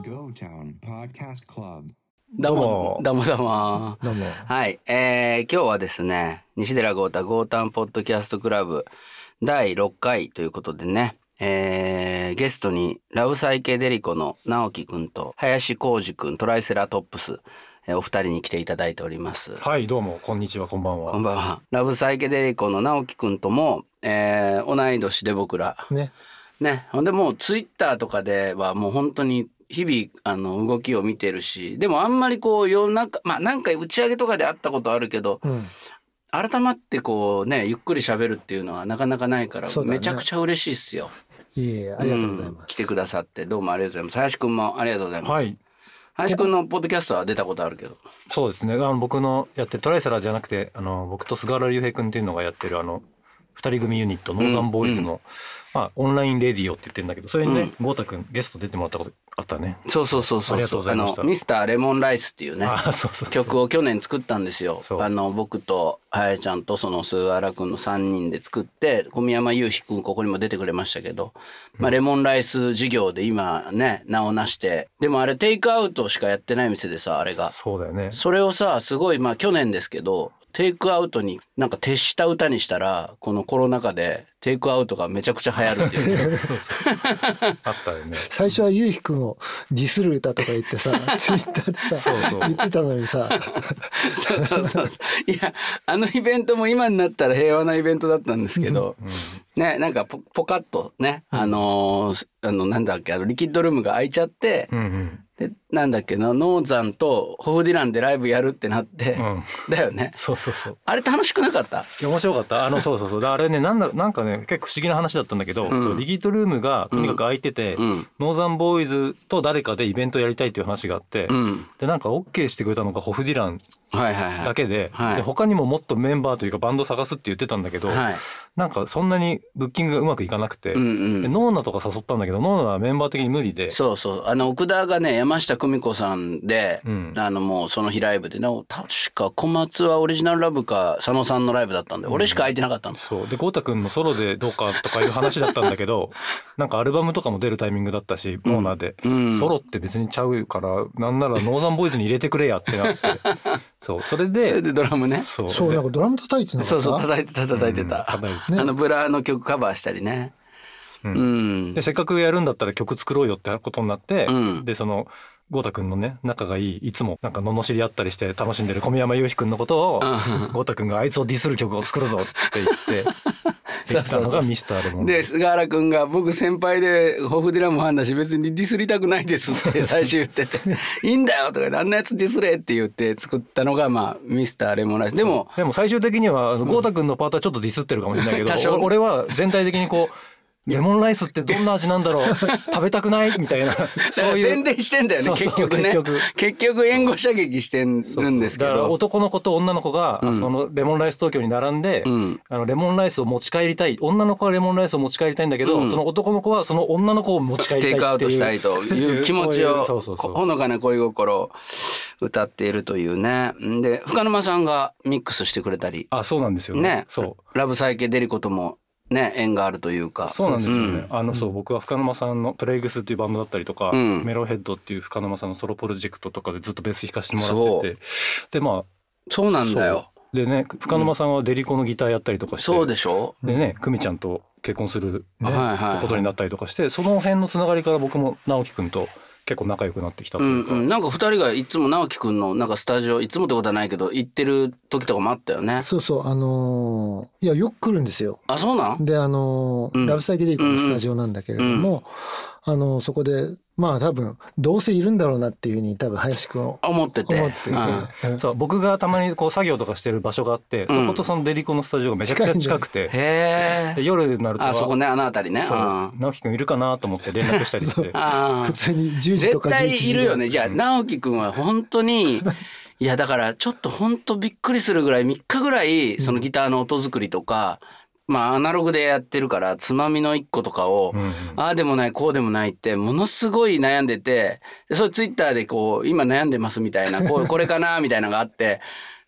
Go Town Podcast Club。 どうも。はい、今日はですね、西寺豪太ゴータンポッドキャストクラブ第6回ということでね、ゲストにラブサイケデリコの直樹くんと林浩二くんトライセラトップス、お二人に来ていただいております。 はい、どうもこんにちは、こんばんは。 こんばんは。ラブサイケデリコの直樹くんとも、同い年で僕らね、ほんでもうツイッターとかではもう本当に日々動きを見てるし、でもあんまりこう夜中、まあ何回打ち上げとかで会ったことあるけど、改まってこうねゆっくり喋るっていうのはなかなかないから、めちゃくちゃ嬉しいっすよ。 いえ、ありがとうございます。 来てくださってどうもありがとうございます。林くんもありがとうございます。 はい。 林くんのポッドキャストは出たことあるけど。 そうですね。僕のやってるトライセラーじゃなくて、僕と菅原隆平くんっていうのがやってる二人組ユニットノーザンボーイズの、オンラインレディオって言ってるんだけど、それにね、豪太くんゲスト出てもらったことあったね。 そうありがとうございました。 ミスターレモンライスっていうね、曲を去年作ったんですよ。僕と林ちゃんとその菅原くんの3人で作って、小宮山雄飛くんここにも出てくれましたけど、レモンライス事業で今ね名を成して、でもあれテイクアウトしかやってない店でさ、あれがそうだよね。 それをさ、すごい去年ですけどテイクアウトになんか徹した歌にしたら、このコロナ禍でテイクアウトがめちゃくちゃ流行るっていうそうあったよね。 最初はゆうひくんをディスる歌とか言ってさツイッターでさ言ってたのにさそういや、あのイベントも今になったら平和なイベントだったんですけど、ね、なんかポカッとね、なんだっけ、リキッドルームが開いちゃって、でなんだっけな、ノーザンとホフディランでライブやるってなって、だよね。 そうあれ楽しくなかった？ いや面白かった。そうあれね、なんかね結構不思議な話だったんだけど、リキッドルームがとにかく空いてて、ノーザンボーイズと誰かでイベントやりたいっていう話があって、でなんか OK してくれたのがホフディランだけで、で他にももっとメンバーというかバンド探すって言ってたんだけど、なんかそんなにブッキングがうまくいかなくて、でノーナとか誘ったんだけど、ノーナはメンバー的に無理で、 奥田がね、山下久美子さんで、もうその日ライブでね、確か小松はオリジナルラブか佐野さんのライブだったんで、俺しか空いてなかったんです。 そうで豪太くんのソロでどうかとかいう話だったんだけどなんかアルバムとかも出るタイミングだったし、ノーナで、ソロって別にちゃうから、なんならノーザンボーイズに入れてくれやってなってそれでドラムね、 そうなんかドラム叩いてなかった？ そう叩いてた、ブラの曲カバーしたりね。 でせっかくやるんだったら曲作ろうよってことになって、でその豪太くんのね仲がいい、いつもなんか罵り合ったりして楽しんでる小宮山雄飛くんのことを、豪太くんがあいつをディスる曲を作るぞって言ってできたのがミスターレモンで、菅原くんが僕先輩でホフディラムファンだし別にディスりたくないですって最初言ってていいんだよとか、あんなやつディスれって言って作ったのがミスターレモンライス。でも最終的には豪太くんのパートはちょっとディスってるかもしれないけど、俺は全体的にこうレモンライスってどんな味なんだろう食べたくないみたいな、 そういう宣伝してんだよね。結局ね、結局援護射撃してるんですけど、 だから男の子と女の子がそのレモンライス東京に並んで、レモンライスを持ち帰りたい、女の子はレモンライスを持ち帰りたいんだけど、その男の子はその女の子を持ち帰りたいっていう、 テイクアウトしたいという気持ちをほのかな恋心を歌っているというね。で深沼さんがミックスしてくれたり、 そうなんですよね。 ラブサイケデリコともね、縁があるというか。 そうなんですよね。僕は深沼さんのプレイグスっていうバンドだったりとか、メロヘッドっていう深沼さんのソロプロジェクトとかでずっとベース弾かせてもらってて、でそうなんだよ。 でね、深沼さんはデリコのギターやったりとかして、 そうでしょ。 でね、久美ちゃんと結婚することになったりとかして、その辺のつながりから僕も直樹くんと結構仲良くなってきたというか、 なんか2人がいつも直樹くんのなんかスタジオ、いつもってことはないけど行ってる時とかもあったよね。 いやよく来るんですよ。 そうなんでラブサイケデリコのスタジオなんだけれども、そこで多分どうせいるんだろうなっていうふうに多分林くんを思ってて、 そう僕がたまにこう作業とかしてる場所があって、そことそのデリコのスタジオがめちゃくちゃ近くて、で夜になるとそこね、あの辺りね、 直樹くんいるかなと思って連絡したりして普通に10時とか11時絶対いるよね。じゃあ直樹くんは本当にいやだからちょっと本当びっくりするぐらい3日ぐらいそのギターの音作りとか、アナログでやってるからつまみの1個とかを、ああでもないこうでもないってものすごい悩んでて、それツイッターでこう今悩んでますみたいなこれかなみたいなのがあって、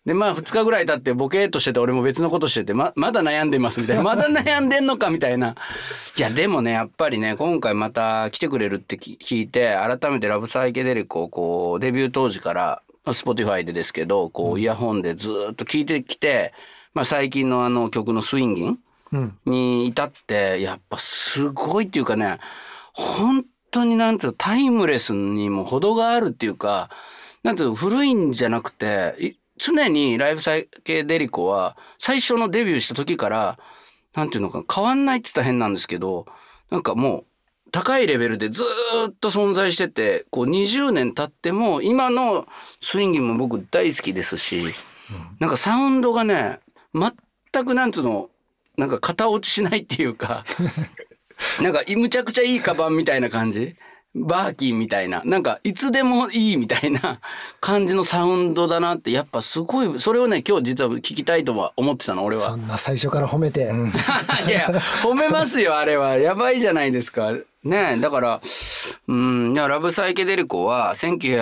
でまあ2日ぐらい経ってボケーっとしてて俺も別のことしてて まだ悩んでますみたいなまだ悩んでんのかみたいないやでもねやっぱりね今回また来てくれるって聞いて改めてラブサイケデリコをこうデビュー当時からSpotify でですけどこうイヤホンでずっと聞いてきて、まあ、最近の曲のスインギンに至ってやっぱすごいっていうかね本当になんつうタイムレスにも程があるっていうかなんつう古いんじゃなくて常にライブサイケデリコは最初のデビューした時からなんていうのか変わんないって言ったら変なんですけどなんかもう高いレベルでずっと存在しててこう20年経っても今のスインギングも僕大好きですしなんかサウンドがね全くなんつうのなんか型落ちしないっていうかなんかむちゃくちゃいいカバンみたいな感じバーキンみたいななんかいつでもいいみたいな感じのサウンドだなってやっぱすごいそれをね今日実は聞きたいとは思ってたの俺は。 そんな最初から褒めていや褒めますよあれはやばいじゃないですかね。だからいやラブサイケデリコは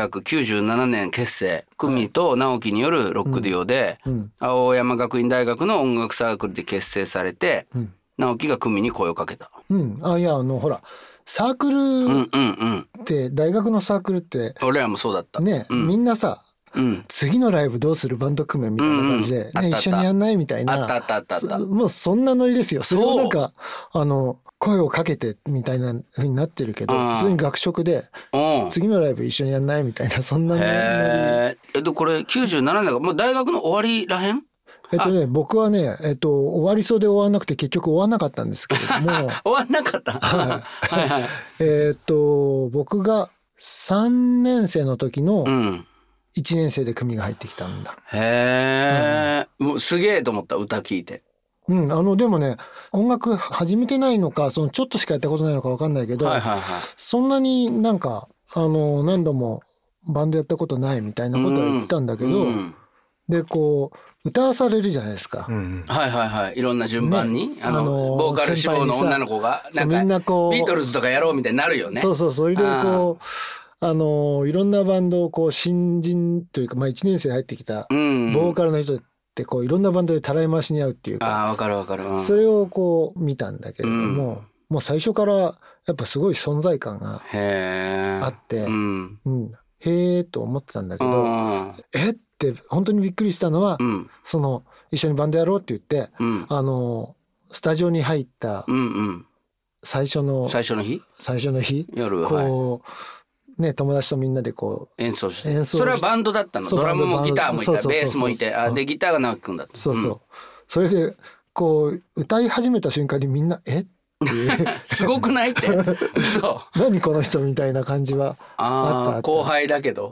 1997年結成久美と直樹によるロックデュオで、青山学院大学の音楽サークルで結成されて、直樹が久美に声をかけた。 いやほらサークルって大学のサークルって俺らもそうだったね、みんなさ、次のライブどうするバンド組めみたいな感じで、一緒にやんないみたいなあったもうそんなノリですよ。それをなんか声をかけてみたいな風になってるけど普通に学食で次のライブ一緒にやんないみたいなそんなノリ。これ97年だからもう大学の終わりらへん僕はね、終わりそうで終わんなくて結局終わんなかったんですけれども終わんなかったはいはい僕が3年生の時の1年生で組が入ってきたんだ。 へえ、もうすげえと思った歌聞いて。 でもね音楽始めてないのかちょっとしかやったことないのか分かんないけど、そんなになんか何度もバンドやったことないみたいなことは言ってたんだけど、でこう歌わされるじゃないですか、 いろんな順番に、ボーカル志望の女の子がなんかみんなこうビートルズとかやろうみたいになるよね。 それでこういろんなバンドをこう新人というか、1年生入ってきたボーカルの人ってこういろんなバンドでたらい回しに合うっていうか、 わかるわかる、 それをこう見たんだけれども、もう最初からやっぱすごい存在感があって、へえと思ってたんだけど、って本当にびっくりしたのは、一緒にバンドやろうって言って、スタジオに入った最初の日夜こうね友達とみんなでこう演奏してそれはバンドだったの。ドラムもギターもいたベースもいてでギターが直樹くんだった。 それでこう歌い始めた瞬間にみんなってすごくないってそう何この人みたいな感じはあった。 後輩だけど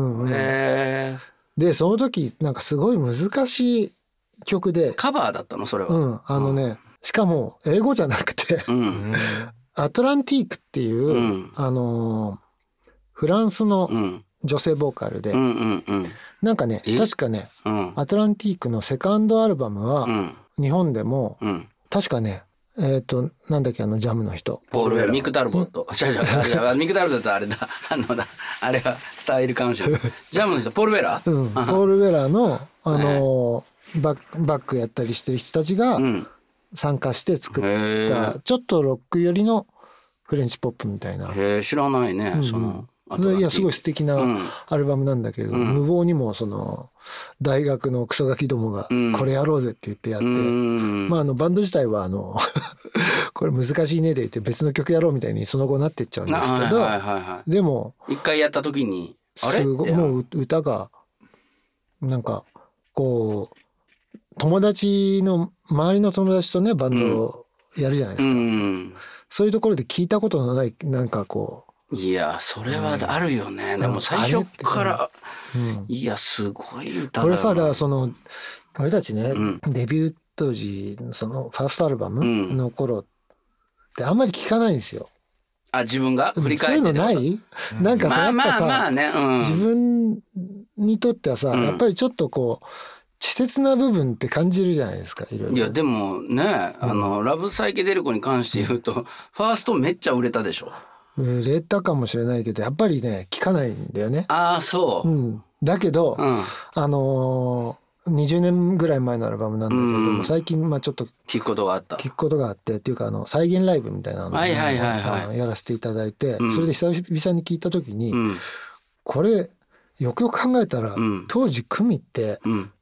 でその時なんかすごい難しい曲でカバーだったのそれは。 しかも英語じゃなくてアトランティークっていう、フランスの女性ボーカルで、なんかね確かね、アトランティークのセカンドアルバムは、日本でも、確かねなんだっけジャムの人ポール・ウェラミク・タルボットミク・タルボットあれだあれはスタイルかもしれないジャムの人ポール・ウェラポール・ウェラのバックやったりしてる人たちが参加して作ったちょっとロック寄りのフレンチポップみたいな。 知らないね、 いやすごい素敵なアルバムなんだけれど、無謀にも大学のクソガキどもがこれやろうぜって言ってやって、バンド自体はこれ難しいねで言って別の曲やろうみたいにその後なっていっちゃうんですけど、でも一回やった時にもう歌がなんかこう周りの友達とねバンドをやるじゃないですか、そういうところで聞いたことのないなんかこういやそれはあるよね、でも最初から、いやすごい歌だこれさだから俺たちね、デビュー当時ファーストアルバムの頃ってあんまり聞かないんですよ。 自分が振り返ってそういうのない？なんかさやっぱさ、自分にとってはさ、やっぱりちょっとこう稚拙な部分って感じるじゃないですか。いろいろ。 いやでもねラブサイケデリコに関して言うと、ファーストめっちゃ売れたでしょ。 売れたかもしれないけどやっぱりね聞かないんだよね。 そう、 だけど、 20年ぐらい前のアルバムなんだけど、うん、最近ちょっと聞くことがあってっていうか再現ライブみたいなのをやらせていただいて、うん、それで久々に聞いた時に、うん、これよくよく考えたら、うん、当時クミって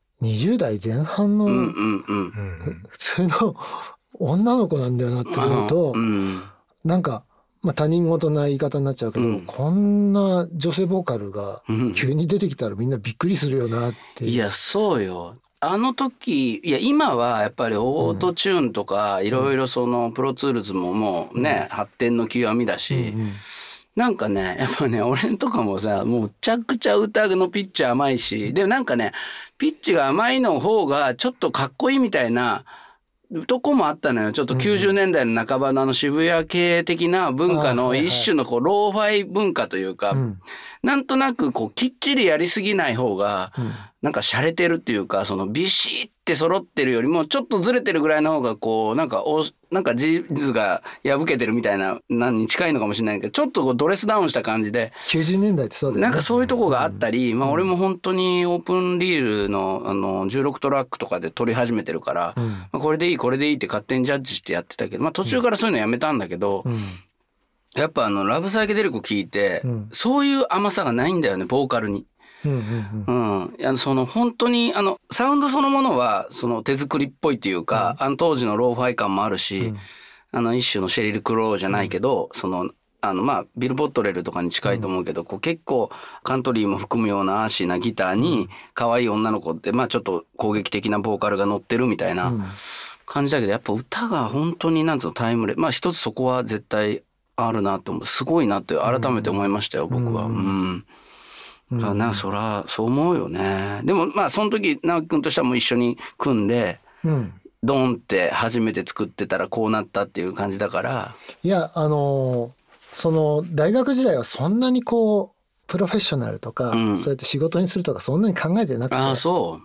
20代前半の普通の女の子なんだよなって思うと、うん、なんか他人事な言い方になっちゃうけど、うん、こんな女性ボーカルが急に出てきたらみんなびっくりするよなっていう。 いやそうよ。あの時いや今はやっぱりオートチューンとかいろいろそのプロツールズももうね、発展の極みだし、なんかねやっぱね俺んとかもさもうむちゃくちゃ歌のピッチ甘いし、でもなんかねピッチが甘いの方がちょっとかっこいいみたいなとこもあったのよ。ちょっと90年代の半ばの渋谷系的な文化の一種のローファイ文化というか、なんとなくきっちりやりすぎない方がなんか洒落てるっていうか、そのビシッて揃ってるよりもちょっとずれてるぐらいの方がなんかジーズが破けてるみたいな何に近いのかもしれないけど、ちょっとドレスダウンした感じで 90年代ってそうだよね。 なんかそういうとこがあったり、俺も本当にオープンリールの16トラックとかで撮り始めてるから、これでいいって勝手にジャッジしてやってたけど、途中からそういうのやめたんだけど、やっぱラブサイケデリコ聞いて、そういう甘さがないんだよねボーカルに。その本当にサウンドそのものはその手作りっぽいっていうか、当時のローファイ感もあるし、一種のシェリル・クローじゃないけど、そのビル・ボットレルとかに近いと思うけど、結構カントリーも含むようなアーシーなギターに可愛い女の子ってちょっと攻撃的なボーカルが乗ってるみたいな感じだけど、やっぱ歌が本当にタイムレ一つそこは絶対あるなと思う。すごいなって改めて思いましたよ、僕は。そらそう思うよね。でもその時直樹君としてはもう一緒に組んで、ドンって初めて作ってたらこうなったっていう感じだから。 いやその大学時代はそんなにプロフェッショナルとか、そうやって仕事にするとかそんなに考えてなくて。 あ、そう。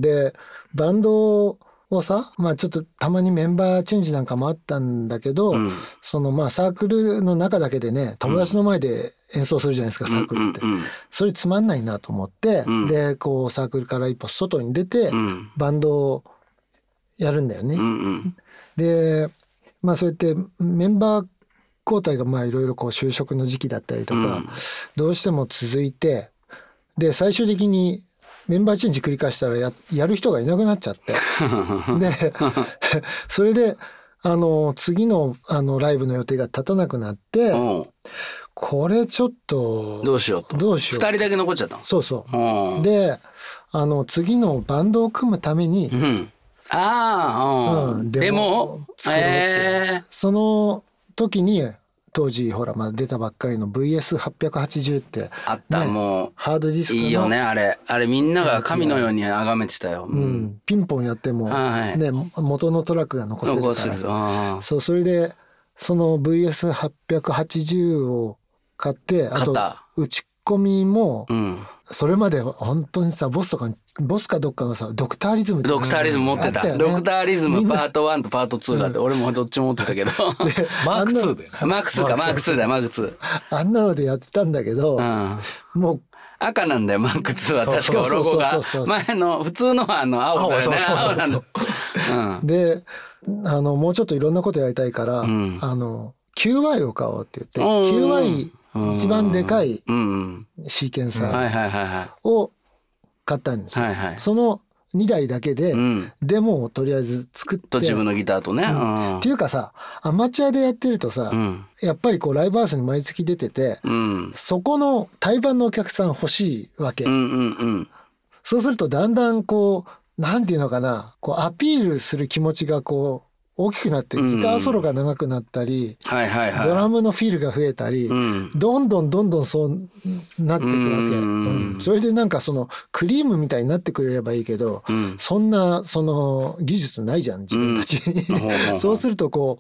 でバンドをさ、ちょっとたまにメンバーチェンジなんかもあったんだけど、そのサークルの中だけでね友達の前で演奏するじゃないですか、サークルって。それつまんないなと思って、でサークルから一歩外に出て、バンドをやるんだよね。でそうやってメンバー交代がいろいろ就職の時期だったりとか、どうしても続いて、で最終的にメンバーチェンジ繰り返したら やる人がいなくなっちゃってでそれで次のライブの予定が立たなくなって、これちょっとどうしよう2人だけ残っちゃったの。 そうそう。で次のバンドを組むために、デモを作ろうって、その時に当時出たばっかりの VS880 ってあった、もうハードディスクのいいよね、あれみんなが神のように崇めてたよ。 ピンポンやっても元のトラックが残せるから。それでその VS880 を買って、あと打ち込みも、それまで本当にボスかどっかのドクターリズム持ってた、ドクターリズムパート1とパート2があって、俺もどっちも持ってたけどマーク2だよね。 マーク2 あんなのでやってたんだけど、もう赤なんだよマーク2は。確かロゴが前の普通のは青だよね。青なんだ。 でもうちょっといろんなことやりたいから、QY を買おうって言って、QY一番でかいシーケンサーを買ったんですよ。その2台だけでデモをとりあえず作って、 自分のギターとね、 っていうかさ、アマチュアでやってるとさ、やっぱりライブハウスに毎月出てて、そこの対バンのお客さん欲しいわけ。そうするとだんだんなんていうのかな、アピールする気持ちが大きくなって、ギターソロが長くなったり、ドラムのフィルが増えたり、どんどんそうなっていくわけ。それでそのクリームみたいになってくれればいいけど、そんな技術ないじゃん自分たちに。そうすると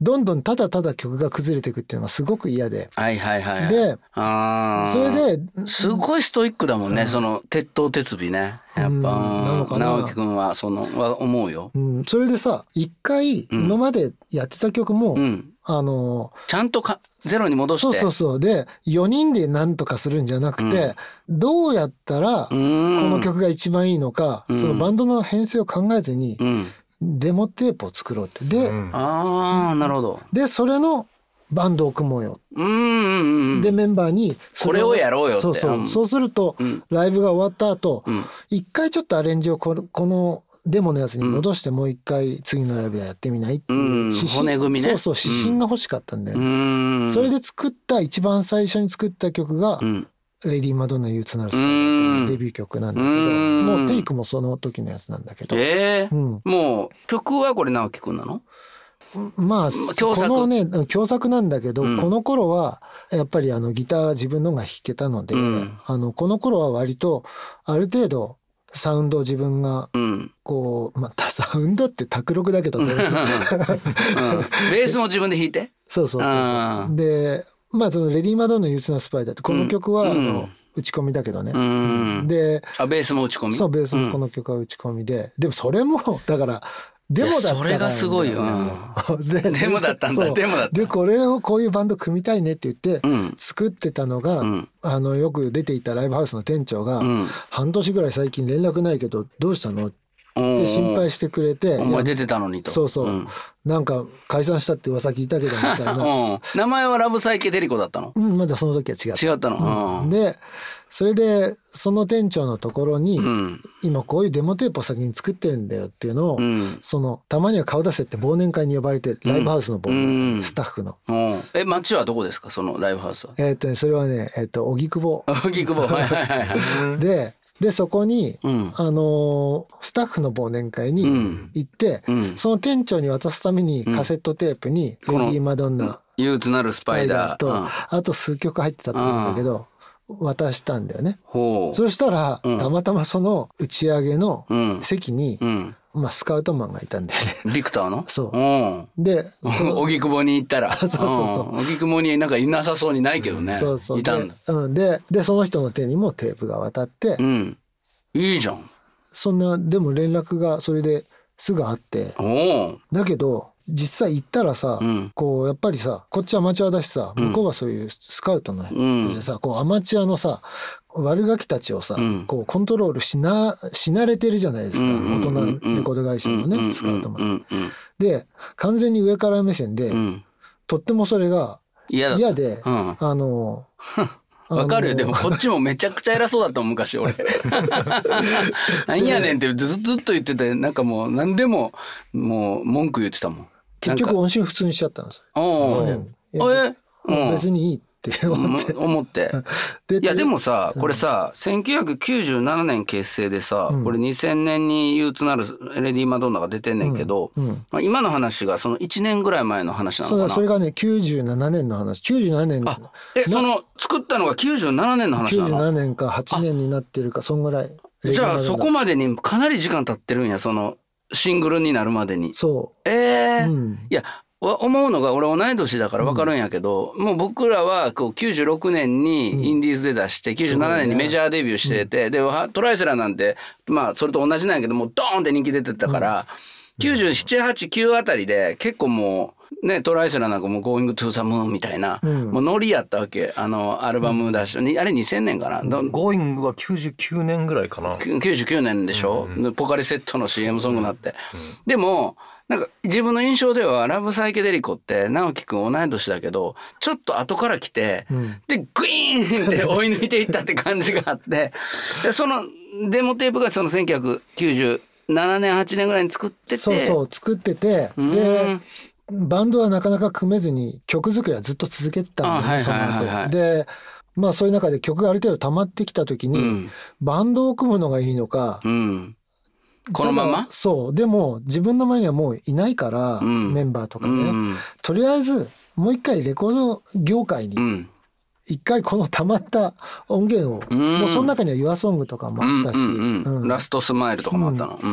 どんどんただただ曲が崩れていくっていうのがすごく嫌で、 はいはいはい、 でそれですごいストイックだもんね、その鉄頭鉄尾ねやっぱ直樹くんはは思うよ、 それでさ一回今までやってた曲も、 ちゃんとゼロに戻してそうで4人で何とかするんじゃなくて、どうやったらこの曲が一番いいのか、そのバンドの編成を考えずに、デモテープを作ろうってで、 なるほど、 でそれのバンドを組もうよ、でメンバーにこれをやろうよって、 そうすると、ライブが終わった後、一回ちょっとアレンジをこのデモのやつに戻してもう一回次のライブでやってみないっていう骨組みね、 指針が欲しかったんだよね、それで作った一番最初に作った曲が、レディー・マドンナ憂鬱なるスパイダーっていうデビュー曲なんだけど、もうテイクもその時のやつなんだけど、 もう曲はこれ直樹くんなの？ まあこのね共作なんだけど、この頃はやっぱりギター自分のが弾けたので、この頃は割とある程度サウンドを自分がこう、またサウンドって卓録だけどね、 ベースも自分で弾いて、 そうでまあそのレディー・マドンナ憂鬱なスパイダーってこの曲は打ち込みだけどね、でベースも打ち込み、 そうベースもこの曲は打ち込みで、でもそれもだからデモだったから、 それがすごいよ、デモだったんだ、デモだった。 でこれをこういうバンド組みたいねって言って作ってたのが、よく出ていたライブハウスの店長が、半年ぐらい最近連絡ないけどどうしたのって心配してくれて、 お前出てたのにと、 なんか解散したって噂聞いたけどみたいな名前はラブサイケデリコだったの？ まだその時は違ったの、 でそれでその店長のところに、今こういうデモテープを先に作ってるんだよっていうのを、たまには顔出せって忘年会に呼ばれて、ライブハウスの忘年会、スタッフの、 町はどこですかそのライブハウスは？ それはね荻窪でそこに、スタッフの忘年会に行って、その店長に渡すためにカセットテープにレディー・マドンナ憂鬱なるスパイダーと、 あと数曲入ってたと思うんだけど、渡したんだよね。そしたら、たまたまその打ち上げの席に、スカウトマンがいたんだよね。 ビクターの？ そう。で、 荻窪に行ったら、荻窪になんかいなさそうにないけどね。いたんだ。 でその人の手にもテープが渡って、 いいじゃん。 そんなでも連絡がそれですぐあって、だけど実際行ったらさ、こうやっぱりさこっちアマチュアだしさ、向こうはそういうスカウトのでさ、こうアマチュアのさ悪ガキたちをさ、こうコントロールし慣れてるじゃないですか、大人レコード会社のね、スカウトマン、で完全に上から目線で、とってもそれが嫌で、 わかるよ。でもこっちもめちゃくちゃ偉そうだったもん昔俺なんやねんってずっと言ってて、なんかもう何でももう文句言ってたもん。 結局音信不通にしちゃったんですよ。別にいいって思っていやでもさこれさ、1997年結成でさ、これ2000年に憂鬱なるレディー・マドンナが出てんねんけど、今の話がその1年ぐらい前の話なのかな。 それがね97年の話。97年その作ったのが97年の話なの ？97年か8年になってるかそんぐらい。 じゃあそこまでにかなり時間経ってるんや、そのシングルになるまでに。 そういや思うのが俺同い年だから分かるんやけど、もう僕らはこう96年にインディーズで出して97年にメジャーデビューしてて、でトライセラなんてまあそれと同じなんやけどもうドーンって人気出てたから、97、8、9あたりで結構もうねトライセラなんかもう Going to the Moon みたいな、もうノリやったわけ。アルバム出し、あれ2000年かな。 Going は99年ぐらいかな。 99年でしょ、ポカリセットの CM ソングになって、でもなんか自分の印象ではラブサイケデリコって直樹くん同い年だけどちょっと後から来て、でグイーンって追い抜いていったって感じがあってでそのデモテープがその1997年8年ぐらいに作ってて、 作ってて、でバンドはなかなか組めずに曲作りはずっと続けてたんだよね、その後でまあそういう中で曲がある程度溜まってきた時に、バンドを組むのがいいのか、 このままそうでも自分の前にはもういないから、メンバーとかね、とりあえずもう一回レコード業界に一回この溜まった音源を、もうその中には YourSong とかもあったし、 ラストスマイルとかもあったの、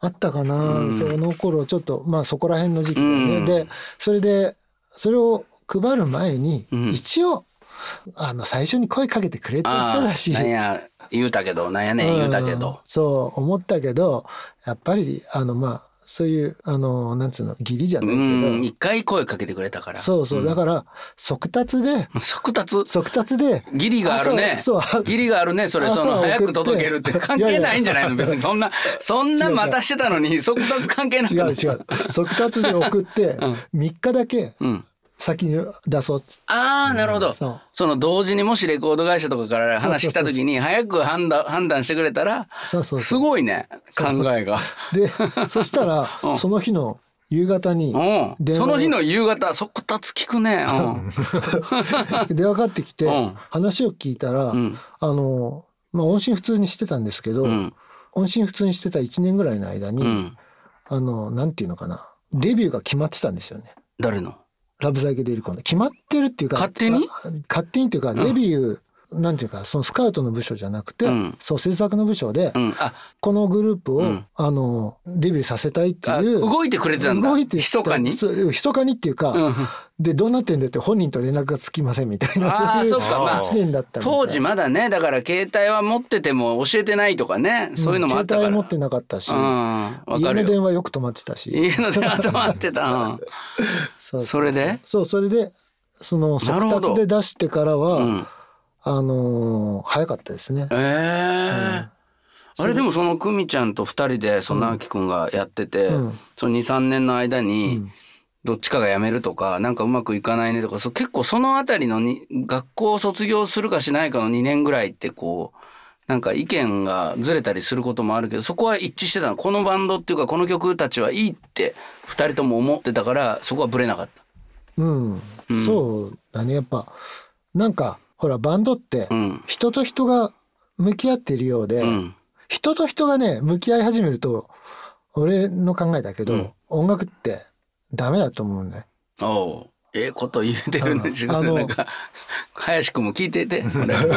あったかな、その頃ちょっとまあそこら辺の時期だね、でそれを配る前に一応、最初に声かけてくれた人だし、 なんや言うたけどなんやねん言うたけど、 そう思ったけどやっぱりまあそういうなんつうの義理じゃないけど、 一回声かけてくれたから、 そう、だから速達で義理があるね、義理があるね、それ早く届けるって関係ないんじゃないの、別にそんな待たしてたのに速達関係ない。 違う速達で送って3日だけ先に出そうっつって。 なるほど。その同時にもしレコード会社とかから話来た時に早く判断してくれたら、すごいね考えが。 でそしたらその日の夕方にその日の夕方速達聞くね。 電話かかってきて話を聞いたら、まあ音信不通にしてたんですけど、音信不通にしてた1年ぐらいの間に、なんていうのかな、デビューが決まってたんですよね。 誰の？ ラブサイケデリコの決まってるっていうか、 勝手にっていうか、デビュー、なんていうか、そのスカウトの部署じゃなくて、そう制作の部署で、このグループを、デビューさせたいっていう、 動いてくれてたんだ。密かにっていうか、でどうなってんだって本人と連絡がつきませんみたいな、そういう1年だったみたい。 当時まだね、だから携帯は持ってても教えてないとかね、そういうのもあったから。 携帯持ってなかったし、家の電話よく止まってたし。 家の電話止まってた。それでその速達で出してからは、早かったですね。 あれでもその久美ちゃんと2人でその直樹くんがやってて、その 2,3 年の間にどっちかが辞めるとかなんかうまくいかないねとか、結構そのあたりの学校を卒業するかしないかの2年ぐらいってこうなんか意見がずれたりすることもあるけど、そこは一致してたの。このバンドっていうかこの曲たちはいいって2人とも思ってたから、そこはブレなかった。 そうだね。やっぱなんかほらバンドって人と人が向き合っているようで、人と人がね向き合い始めると、俺の考えだけど、音楽ってダメだと思うんだよ。 こと言うてるね。自分でなんか林くんも聞いてて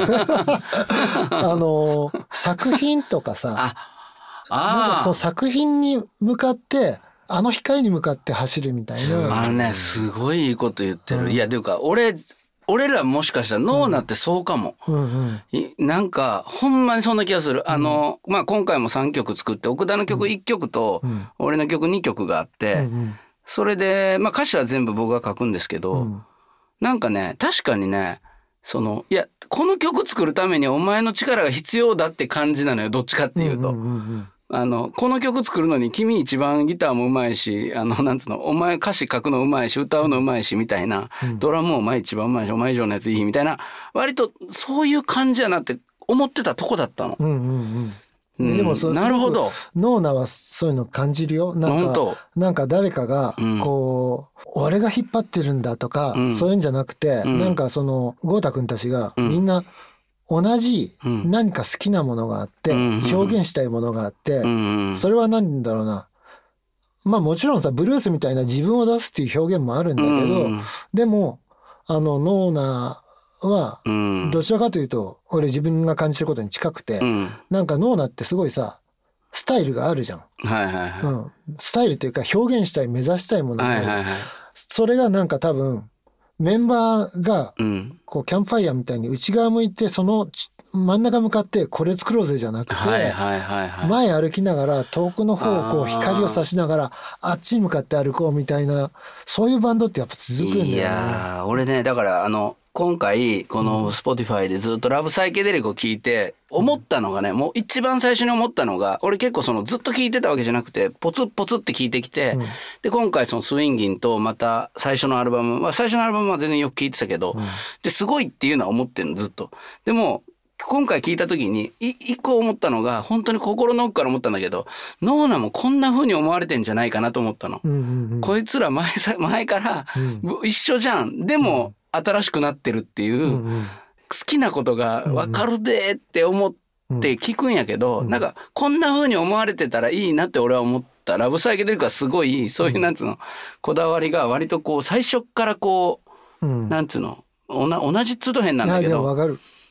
作品とかさ、なんかその作品に向かって光に向かって走るみたいな。 すごいいいこと言ってる。いやというか俺らもしかしたらノーナってそうかも、なんかほんまにそんな気がする。まあ今回も3曲作って、奥田の曲1曲と俺の曲2曲があって、それでまあ歌詞は全部僕が書くんですけど、なんかね確かにね、いやこの曲作るためにお前の力が必要だって感じなのよ、どっちかっていうと。この曲作るのに君一番ギターもうまいし、なんつうの、お前歌詞書くのうまいし歌うのうまいしみたいな、ドラムもお前一番うまいしお前以上のやついいみたいな、割とそういう感じやなって思ってたとこだったの。 でもなるほど。 ノーナはそういうの感じるよ。なんか誰かがこう、俺が引っ張ってるんだとか、そういうんじゃなくて、なんか豪太くんたちがみんな同じ何か好きなものがあって、表現したいものがあって、それは何だろうな。まあもちろんさ、ブルースみたいな自分を出すっていう表現もあるんだけど、でもノーナはどちらかというと俺自分が感じてることに近くて、なんかノーナってすごいさスタイルがあるじゃん。スタイルっていうか表現したい目指したいものがある。それがなんか多分メンバーがこうキャンプファイヤーみたいに内側向いて、その真ん中向かってこれ作ろうぜじゃなくて、前歩きながら遠くの方をこう光を差しながらあっちに向かって歩こうみたいな、そういうバンドってやっぱ続くんだよね。 いや俺ね、だから今回この Spotify でずっとラブサイケデリコを聞いて思ったのがね、もう一番最初に思ったのが、俺結構ずっと聞いてたわけじゃなくてポツポツって聞いてきて、で今回そのスウィンギンとまた最初のアルバムは全然よく聞いてたけど、ですごいっていうのは思ってるのずっと。でも今回聞いた時に一個思ったのが、本当に心の奥から思ったんだけど、ノーナもこんな風に思われてんじゃないかなと思ったの。こいつら前から一緒じゃん、でも新しくなってるっていう、好きなことが分かるでって思って聞くんやけど、なんかこんな風に思われてたらいいなって俺は思った。ラブサイケデリコはすごいそういうなんつうのこだわりが割とこう最初からこうなんつうの同じっつうと変なんだけど、 いやでも分かる。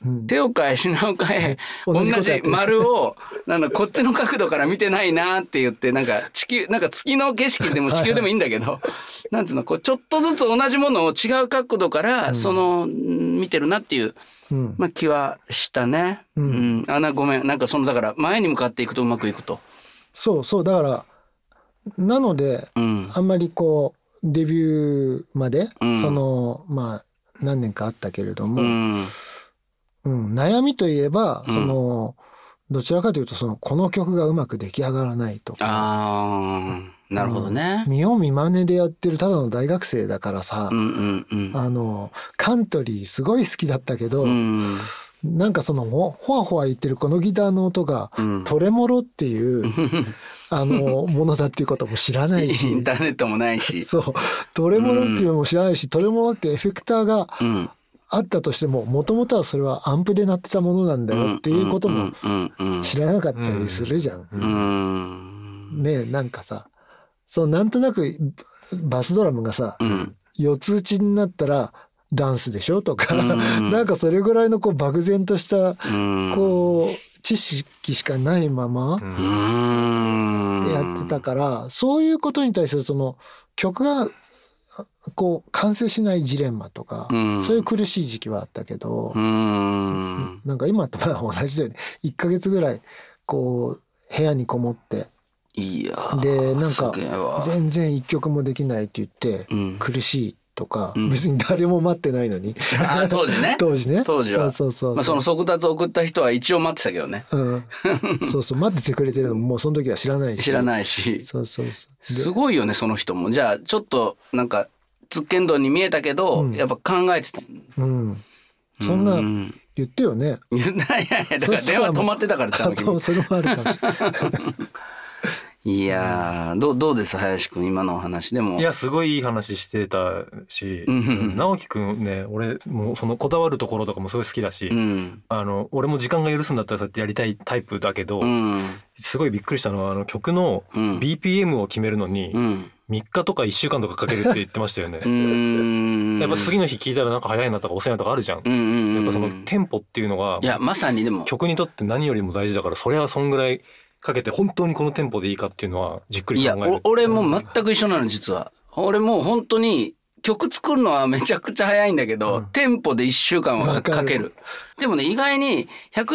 手を変え品を変え同じ丸をこっちの角度から見てないなって言ってなんか月の景色でも地球でもいいんだけどなんつうのちょっとずつ同じものを違う角度から見てるなっていう、気はしたね。ごめんだから前に向かっていくとうまくいくと。そうだからなので、あんまりデビューまで、何年かあったけれども、悩みといえばどちらかというとこの曲がうまく出来上がらないとか。 なるほどね。 見よう見まねでやってるただの大学生だからさ、カントリーすごい好きだったけど、なんかほわほわ言ってるこのギターの音がトレモロっていうものだっていうことも知らないし、 インターネットもないし、 トレモロっていうのも知らないし、トレモロってエフェクターがあったとしてももともとはそれはアンプで鳴ってたものなんだよっていうことも知らなかったりするじゃん。ねえ、なんかさ、なんとなくバスドラムがさ、四つ打ちになったらダンスでしょとか、なんかそれぐらいの漠然とした知識しかないままやってたから、そういうことに対する曲が完成しないジレンマとか、そういう苦しい時期はあったけど、なんか今と同じだよね。1ヶ月ぐらい部屋にこもって、でなんか全然一曲もできないって言って苦しいとか、別に誰も待ってないのに当時ね当時はそうその速達送った人は一応待ってたけどね、 待っててくれてるのももうその時は知らないしそうすごいよね。その人もじゃあちょっとなんかつっけんどんに見えたけど、やっぱ考えてた。 そんな言ってよね。 いやだから電話止まってたからってそれもあるかもしれないいやどうです林くん、今のお話でも。 いやすごいいい話してたし、直樹くんね、俺もこだわるところとかもすごい好きだし、俺も時間が許すんだったらそうやってやりたいタイプだけど、すごいびっくりしたのは曲の BPM を決めるのに3日とか1週間とかかけるって言ってましたよね。やっぱ次の日聞いたらなんか早いなとか遅いなとかあるじゃん。やっぱテンポっていうのがまさにでも曲にとって何よりも大事だから、それはそんぐらいかけて本当にこのテンポでいいかっていうのはじっくり考える。 俺も全く一緒なの実は。俺もう本当に曲作るのはめちゃくちゃ早いんだけど、テンポで1週間はかける。でもね、意外に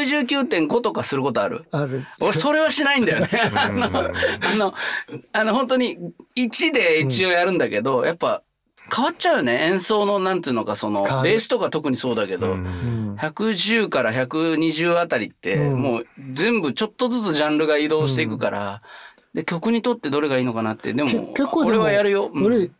119.5 とかすることある。俺それはしないんだよね本当に1で一応やるんだけど、やっぱ変わっちゃうよね、演奏のなんていうのか、ベースとか特にそうだけど、110から120あたりってもう全部ちょっとずつジャンルが移動していくから、で曲にとってどれがいいのかなって。でも俺はやるよ。 俺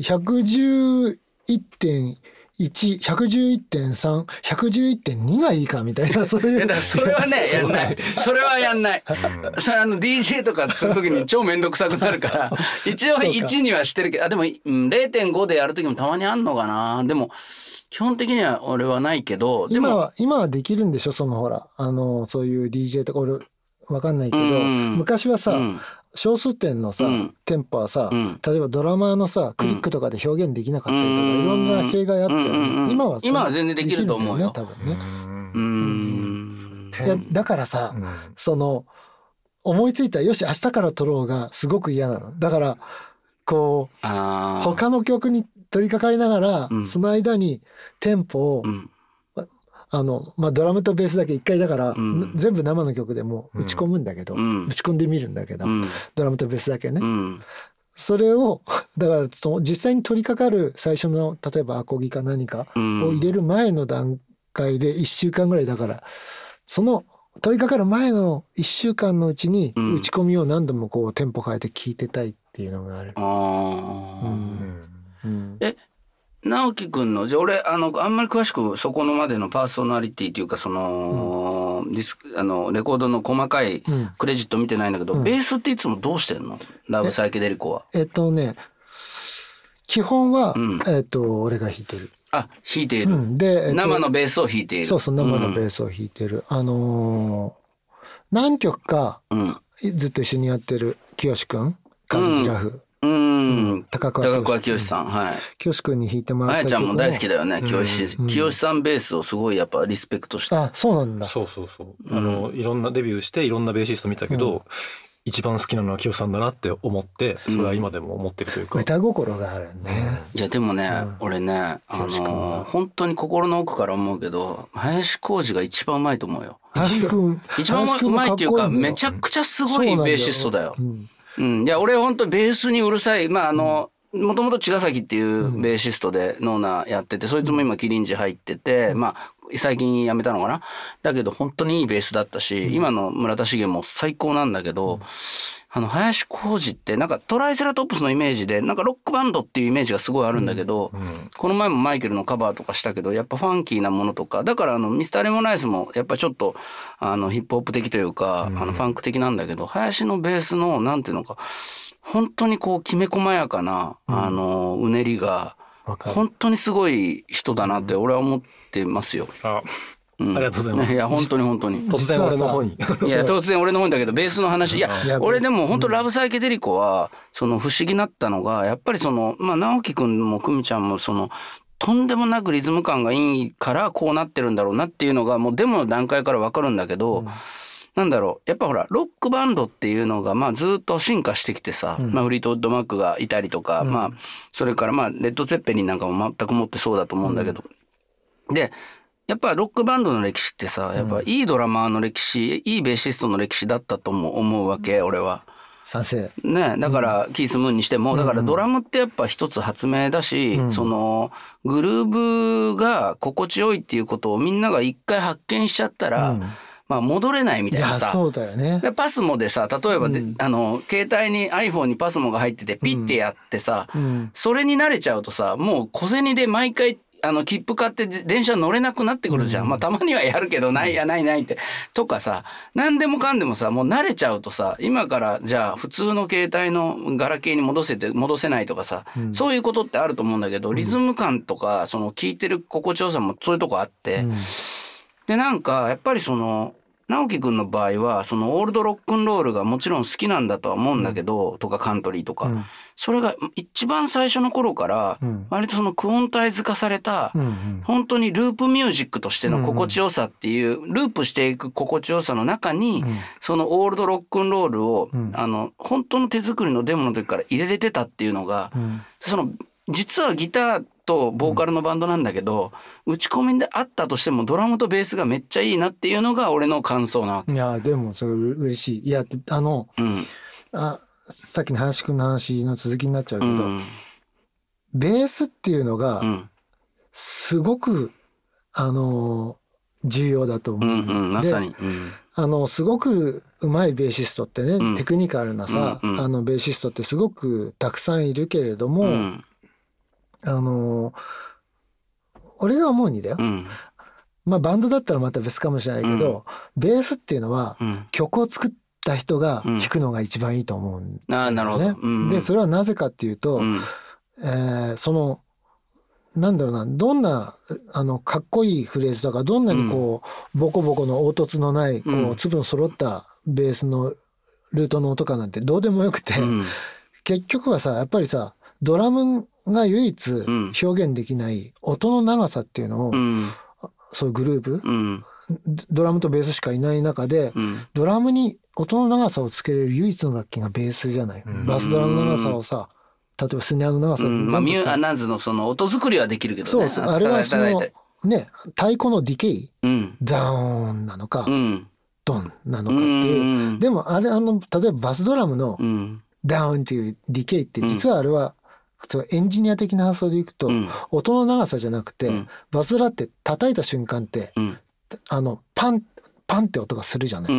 111.1、111.3、111.2 がいいかみたいな、それはねやんない。それはやんない。それDJ とかする時に超めんどくさくなるから一応1にはしてるけど、でも 0.5 でやる時もたまにあんのかな。でも基本的には俺はないけど、 今はできるんでしょ、ほらそういう DJ とか俺わかんないけど、昔はさ、小数点のさ、テンポはさ、例えばドラマーのさクリックとかで表現できなかったりとか、いろんな弊害あったよね。今は全然できると思うよ、 多分ね。いやだからさ、思いついたらよし明日から撮ろうがすごく嫌なの。だから他の曲に取り掛かりながら、その間にテンポを、ドラムとベースだけ一回だから、全部生の曲でも打ち込むんだけど、打ち込んでみるんだけど、ドラムとベースだけね、それをだから実際に取り掛かる最初の例えばアコギか何かを入れる前の段階で1週間ぐらいだから、その取り掛かる前の1週間のうちに打ち込みを何度もテンポ変えて聴いてたいっていうのがある。 直樹くんの、じゃあ俺あんまり詳しくそこのまでのパーソナリティというかレコードの細かいクレジット見てないんだけど、ベースっていつもどうしてんの？ラブサイケデリコは。 基本は、俺が弾いてる。 弾いている。で、生のベースを弾いている。 そう生のベースを弾いてる。何曲かずっと一緒にやってる清くん、カビジラフ高桑清さん、はい。 清君に弾いてもらった曲も。 あやちゃんも大好きだよね、清さんベースをすごいやっぱリスペクトして。 あ、そうなんだ。 そう。いろんなデビューしていろんなベーシスト見たけど、一番好きなのは清さんだなって思って、それは今でも思ってるというか。 歌心があるね。 いやでもね、俺ね、本当に心の奥から思うけど、林浩二が一番うまいと思うよ。 林君一番うまいっていうか、めちゃくちゃすごいベーシストだよ。いや俺本当ベースにうるさい。もともと茅ヶ崎っていうベーシストでノーナやってて、そいつも今キリンジ入ってて、最近辞めたのかな。だけど本当にいいベースだったし、今の村田茂も最高なんだけど、林浩二ってなんかトライセラトップスのイメージでなんかロックバンドっていうイメージがすごいあるんだけど、この前もマイケルのカバーとかしたけど、やっぱファンキーなものとかだからミスターレモンライスもやっぱちょっとヒップホップ的というか、ファンク的なんだけど、林のベースのなんていうのか、本当にこうきめ細やかなうねりが本当にすごい人だなって俺は思ってますよ。 ありがとうございます。 いや本当に突然俺の方に。 いや突然俺の方にだけど、ベースの話、いや俺でも本当ラブサイケデリコは不思議だったのが、やっぱり直樹くんも久美ちゃんもとんでもなくリズム感がいいからこうなってるんだろうなっていうのがもうデモの段階から分かるんだけど、なんだろう、やっぱほらロックバンドっていうのがずっと進化してきてさ、フリートウッドマックがいたりとか、それからレッド・ツェッペリンなんかも全くもってそうだと思うんだけど、でやっぱロックバンドの歴史ってさ、やっぱいいドラマーの歴史、いいベーシストの歴史だったとも思うわけ、俺は。 賛成。 ね、だからキース・ムーンにしても、だからドラムってやっぱ一つ発明だし、グルーブが心地よいっていうことをみんなが一回発見しちゃったら、戻れないみたいなさ。 いやそうだよね。 でパスモでさ、例えばで、携帯に iPhone にパスモが入っててピッてやってさ、それに慣れちゃうとさ、もう小銭で毎回切符買って電車乗れなくなってくるじゃん。たまにはやるけどないってとかさ、何でもかんでもさ、もう慣れちゃうとさ、今からじゃあ普通の携帯のガラケーに戻せないとかさ、そういうことってあると思うんだけど、リズム感とか聴いてる心地よさもそういうとこあって、でなんかやっぱり直樹くんの場合はオールドロックンロールがもちろん好きなんだとは思うんだけど、とかカントリーとか、それが一番最初の頃から割とクオンタイズ化された、本当にループミュージックとしての心地よさっていう、ループしていく心地よさの中に、オールドロックンロールを本当の手作りのデモの時から入れれてたっていうのが、実はギターとボーカルのバンドなんだけど、打ち込みであったとしてもドラムとベースがめっちゃいいなっていうのが俺の感想なわけ。 いやでもそれ嬉しい。いやさっきの林くんの話の続きになっちゃうけど、ベースっていうのがすごく重要だと思う。 まさに。 すごく上手いベーシストってね、テクニカルなさ、ベーシストってすごくたくさんいるけれども、俺が思うにだよ、バンドだったらまた別かもしれないけど、ベースっていうのは曲を作った人が弾くのが一番いいと思うんだよね。 なるほど。 でそれはなぜかっていうと、なんだろうな、どんなかっこいいフレーズとか、どんなにボコボコの凹凸のない粒の揃ったベースのルートの音かなんてどうでもよくて、結局はさ、やっぱりさ、ドラムが唯一表現できない音の長さっていうのを、そういうグループ、ドラムとベースしかいない中で、ドラムに音の長さをつけれる唯一の楽器がベースじゃない。バスドラの長さをさ、例えばスネアの長さ、 なんずの音作りはできるけどね。 そう、あれはね、太鼓のディケイ、ダーンなのか、ドンなのかっていう。でもあれ例えばバスドラムのダーンっていうディケイって実はあれはエンジニア的な発想でいくと、音の長さじゃなくて、バスドラって叩いた瞬間って、パンって音がするじゃない。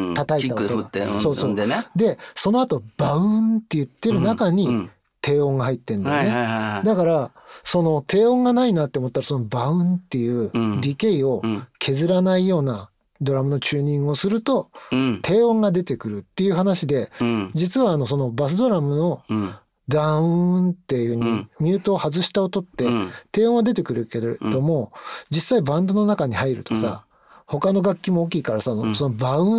叩いた音が。そうそう。でその後バウンって言ってる中に低音が入ってんだよね。だからその低音がないなって思ったら、そのバウンっていうディケイを削らないようなドラムのチューニングをすると低音が出てくるっていう話で、実はそのバスドラムのダウンっていう風にミュートを外した音って低音は出てくるけれども、実際バンドの中に入るとさ、他の楽器も大きいからさ、そのバウン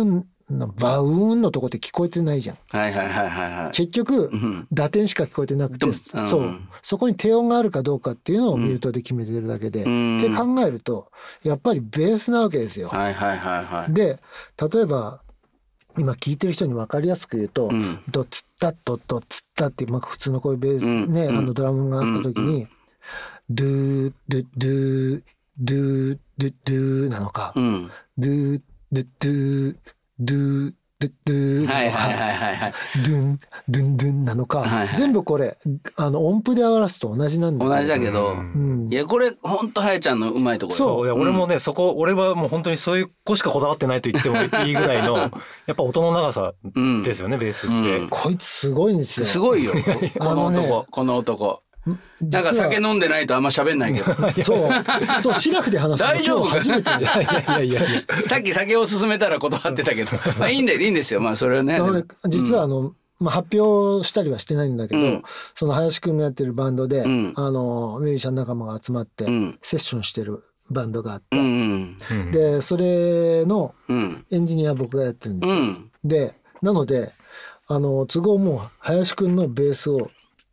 バウーンのとこって聞こえてないじゃん。結局打点しか聞こえてなくて、そこに低音があるかどうかっていうのをミュートで決めてるだけで、って考えるとやっぱりベースなわけですよ。で例えば今聞いてる人に分かりやすく言うと、ドツッタッドドツッタって普通のこういうベースね、ドラムがあった時にドゥドゥドゥドゥドゥドゥなのか、ドゥドゥドゥドゥドゥドゥなのか、ドゥンドゥンドゥンなのか、全部これ音符で合わすと同じなんだけど、 同じだけど、いやこれほんとはやちゃんのうまいところ。 そう、いや俺もね、俺はもう本当にそういう子しかこだわってないと言ってもいいぐらいのやっぱ音の長さですよね、ベースって。 こいつすごいんですよ。 すごいよこの男。なんか酒飲んでないとあんま喋んないけど。 そうシラフで話すの大丈夫初めて。 いやさっき酒を勧めたら断ってたけど、いいんですよ。それはね。 実は発表したりはしてないんだけど、その林くんがやってるバンドで、ミュージシャン仲間が集まってセッションしてるバンドがあって、でそれのエンジニア僕がやってるんですよ。でなので都合もう林くんのベースを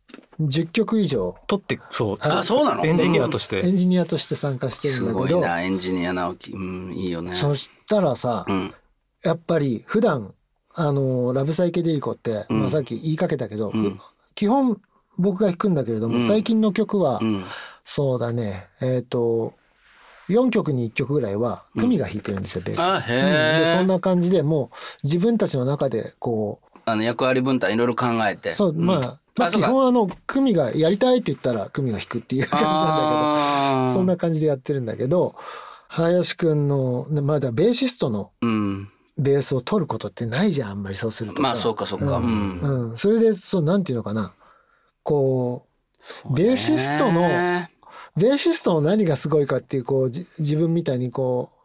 10曲以上取ってそうなの。 エンジニアとして参加してるんだけど、 すごいなエンジニア直樹、いいよね。 そしたらさ、やっぱり普段ラブサイケデリコって、さっき言いかけたけど、基本僕が弾くんだけれども、最近の曲は、そうだね4曲に1曲ぐらいはクミが弾いてるんですよ、ベース。でそんな感じでもう自分たちの中でこう役割分担いろいろ考えて、 そう基本クミがやりたいって言ったらクミが弾くっていう感じなんだけど、そんな感じでやってるんだけど、林くんのまだベーシストのベースを取ることってないじゃん、あんまりそうするとさ。 そうか。それでなんていうのかな、こうベーシストの何がすごいかっていう、自分みたいに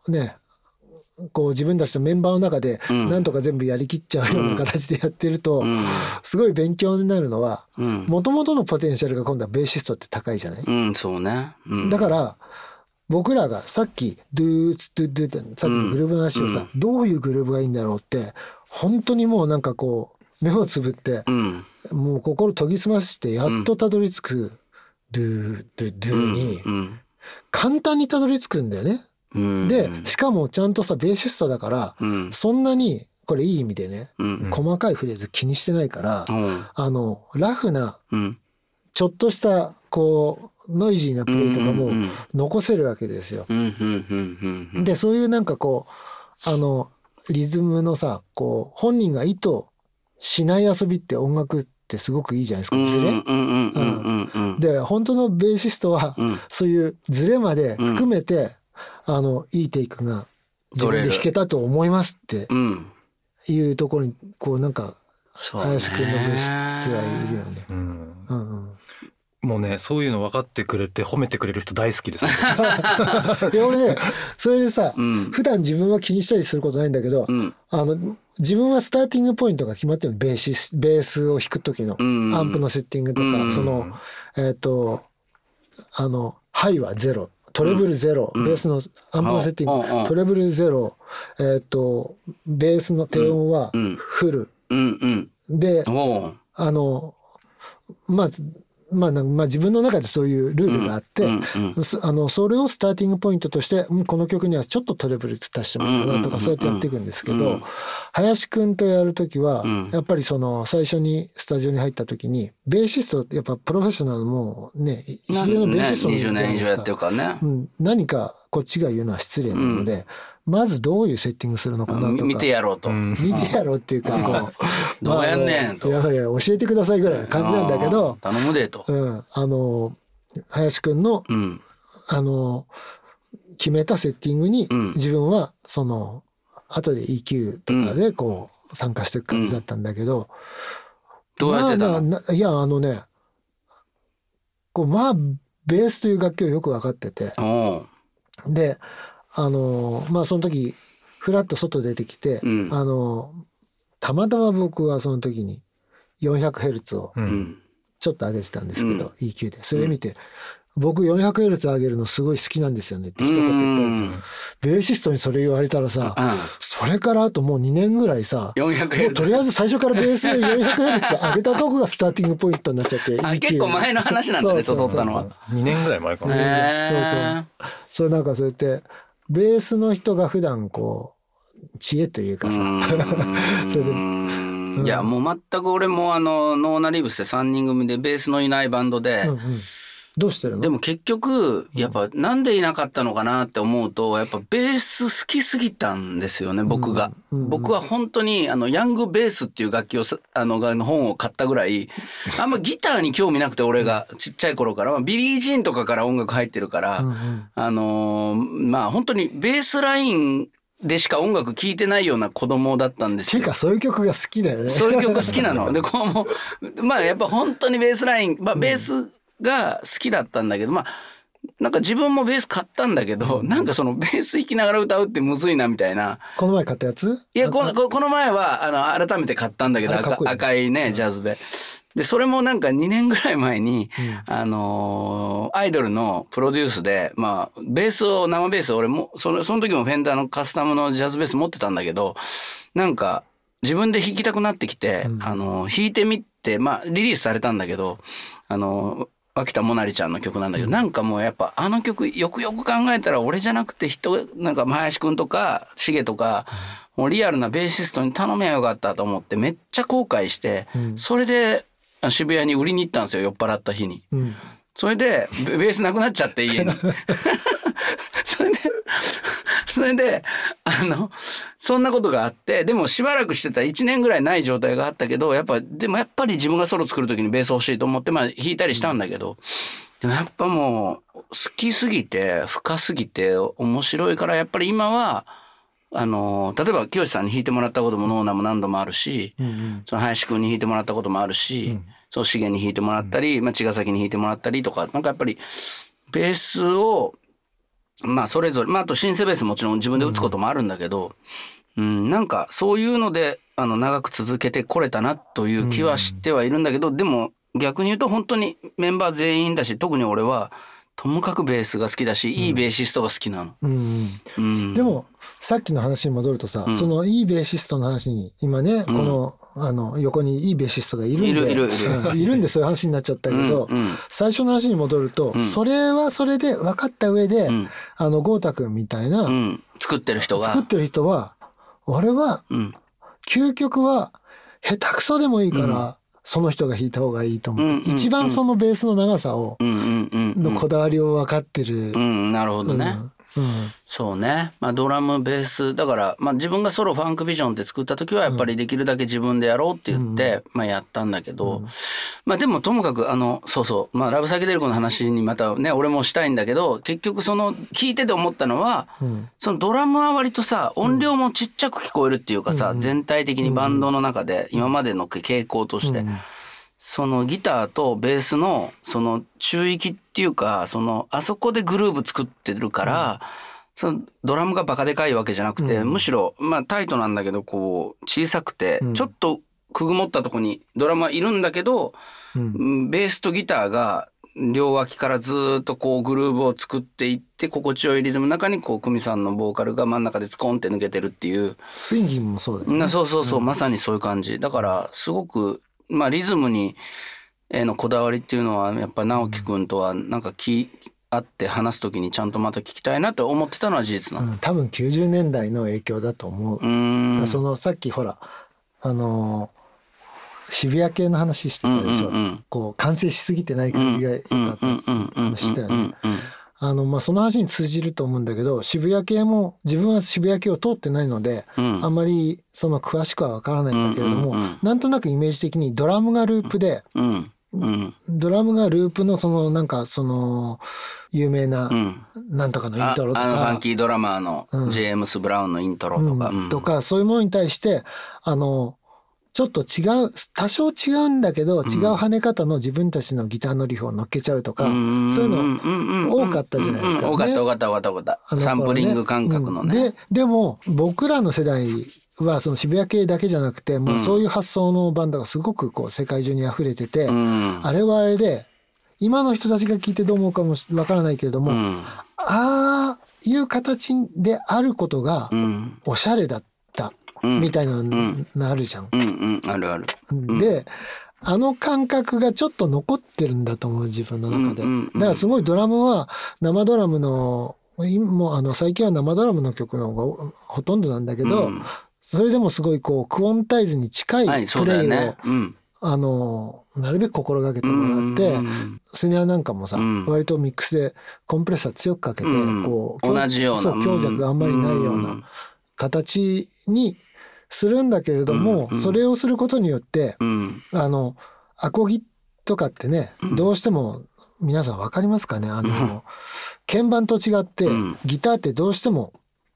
自分たちのメンバーの中でなんとか全部やりきっちゃうような形でやってるとすごい勉強になるのは、もともとのポテンシャルが今度はベーシストって高いじゃない。 そうね。 だから僕らがさっきドゥーツドゥドゥってさっきのグルーブの話をさ、どういうグルーブがいいんだろうって本当にもうなんか目をつぶって、もう心研ぎ澄ましてやっとたどり着くドゥードゥドゥに簡単にたどり着くんだよね。でしかもちゃんとさベーシストだから、そんなにこれいい意味でね、細かいフレーズ気にしてないから、ラフな、ちょっとしたノイジーなプレイとかも残せるわけですよ。でそういうなんかリズムのさ本人が意図しない遊びって音楽ってすごくいいじゃないですか、ズレ。で本当のベーシストは、そういうズレまで含めて、いいテイクが自分で弾けたと思いますっていうところになんか林くんのベーシストはいるよね。 もうねそういうの分かってくれて褒めてくれる人大好きです。 俺ねそれでさ、普段自分は気にしたりすることないんだけど、自分はスターティングポイントが決まってるの、ベースを弾く時のアンプのセッティングとか、ハイは0、トレブル0、ベースのアンプのセッティング、トレブル0、ベースの低音はフル、で自分の中でそういうルールがあって、それをスターティングポイントとして、この曲にはちょっとトレブル足してもらうかなとか、そうやってやっていくんですけど、林くんとやるときは、やっぱり最初にスタジオに入ったときにベーシストやっぱプロフェッショナルもね、一流のベーシストのじゃないですか。何かこっちが言うのは失礼なので、まずどういうセッティングするのかなとか見てやろうと、 見てやろうっていうかどうやんねんと、 いや教えてくださいぐらいの感じなんだけど、 頼むでと、 林くんの、決めたセッティングに、自分は後で EQ とかで参加していく感じだったんだけど、 どうやってたの？ いやベースという楽器をよく分かってて、でその時フラッと外出てきて、たまたま僕はその時に 400Hz をちょっと上げてたんですけど、EQ でそれ見て、 僕 400Hz 上げるのすごい好きなんですよねって一言言ったんですよ。ベーシストにそれ言われたらさ、それからあともう2年ぐらいさ、 400Hz もうとりあえず最初からベース 400Hz 上げたとこがスターティングポイントになっちゃって。 結構前の話なんだね、撮ったのは。 2年ぐらい前かな。 そうなんかそうやってベースの人が普段こう知恵というかさ、それで。 いやもう全く俺もノーナリブスで3人組でベースのいないバンドで、 どうしてるの？ でも結局やっぱなんでいなかったのかなって思うと、やっぱベース好きすぎたんですよね、僕が。僕は本当にヤングベースっていう楽器をの本を買ったぐらい、あんまギターに興味なくて、俺がちっちゃい頃から、ビリー・ジーンとかから音楽入ってるから、まあ本当にベースラインでしか音楽聴いてないような子供だったんですよ。 てかそういう曲が好きだよね。 そういう曲が好きなの。でこうもまあやっぱ本当にベースライン、ベースが好きだったんだけど、なんか自分もベース買ったんだけど、なんかそのベース弾きながら歌うってむずいなみたいな。 この前買ったやつ？ いやこの前は改めて買ったんだけど、赤いねジャズで。でそれもなんか2年ぐらい前に、アイドルのプロデュースで、ベースを生ベース俺もその時もフェンダーのカスタムのジャズベース持ってたんだけど、なんか自分で弾きたくなってきて、弾いてみて、リリースされたんだけど、秋田もなりちゃんの曲なんだけど、なんかもうやっぱあの曲よくよく考えたら俺じゃなくてなんか林くんとかしげとか、もうリアルなベーシストに頼めばよかったと思ってめっちゃ後悔して、それで渋谷に売りに行ったんですよ、酔っ払った日に。それでベースなくなっちゃって家にそれでそんなことがあって、でもしばらくしてた1年ぐらいない状態があったけど、でもやっぱり自分がソロ作る時にベース欲しいと思って弾いたりしたんだけど、でもやっぱもう好きすぎて深すぎて面白いから、やっぱり今は例えば清さんに弾いてもらったこともノーナも何度もあるし、その林くんに弾いてもらったこともあるし、そう資源に弾いてもらったり、茅ヶ崎に弾いてもらったりとか、なんかやっぱりベースをそれぞれ、あとシンセベースもちろん自分で打つこともあるんだけど、なんかそういうので長く続けてこれたなという気はしてはいるんだけど、でも逆に言うと本当にメンバー全員だし、特に俺はともかくベースが好きだし、いいベーシストが好きなの。 でもさっきの話に戻るとさ、そのいいベーシストの話に今ね、この横にいいベーシストがいるんでいるんでそういう話になっちゃったけど、最初の話に戻ると、それはそれで分かった上で、豪太くんみたいな、 作ってる人は俺は、究極は下手くそでもいいから、その人が弾いた方がいいと思う。一番そのベースの長さをのこだわりを分かってる。 なるほどね。そうね、ドラムベースだから、自分がソロファンクビジョンって作った時はやっぱりできるだけ自分でやろうって言って、やったんだけど、でもともかくラブサイケデリコの話にまたね俺もしたいんだけど、結局その聞いてて思ったのは、そのドラムは割とさ音量もちっちゃく聞こえるっていうかさ、全体的にバンドの中で今までの傾向として、そのギターとベースのその中域っていうか、あそこでグルーブ作ってるから、そのドラムがバカでかいわけじゃなくて、むしろタイトなんだけどこう小さくて、ちょっとくぐもったとこにドラムはいるんだけど、ベースとギターが両脇からずっとこうグルーブを作っていって、心地よいリズムの中にこう久美さんのボーカルが真ん中でスコンって抜けてるっていう。 スインギングもそうだよね。 そう、まさにそういう感じだから、すごくリズムへのこだわりっていうのはやっぱ直樹くんとはなんか会って話す時にちゃんとまた聞きたいなと思ってたのは事実なの。 多分90年代の影響だと思う。そのさっきほら渋谷系の話してたでしょ。こう完成しすぎてない感じがいいかって話したよね。その話に通じると思うんだけど、渋谷系も自分は渋谷系を通ってないので、あんまりその詳しくは分からないんだけれども、なんとなくイメージ的にドラムがループで、ドラムがループのそのなんかその有名ななんとかのイントロとか、 ファンキードラマーのジェームス・ブラウンのイントロとか、 とかそういうものに対してちょっと違う、多少違うんだけど、違う跳ね方の自分たちのギターのリフを乗っけちゃうとか、そういうの多かったじゃないですか。 多かった。サンプリング感覚のね。 でも僕らの世代はその渋谷系だけじゃなくて、もうそういう発想のバンドがすごくこう世界中に溢れてて、あれはあれで今の人たちが聞いてどう思うかもわからないけれども、ああいう形であることがおしゃれだったみたいなのあるじゃん。 あるある。 であの感覚がちょっと残ってるんだと思う、自分の中で。だからすごいドラムは生ドラムのも最近は生ドラムの曲の方がほとんどなんだけど、それでもすごいこうクオンタイズに近いプレイを、なるべく心がけてもらって、スネアなんかもさ、割とミックスでコンプレッサー強くかけて、こう同じような強弱があんまりないような形にするんだけれども、それをすることによって、アコギとかってね、どうしても皆さん分かりますかね、鍵盤と違って、ギターってどうしても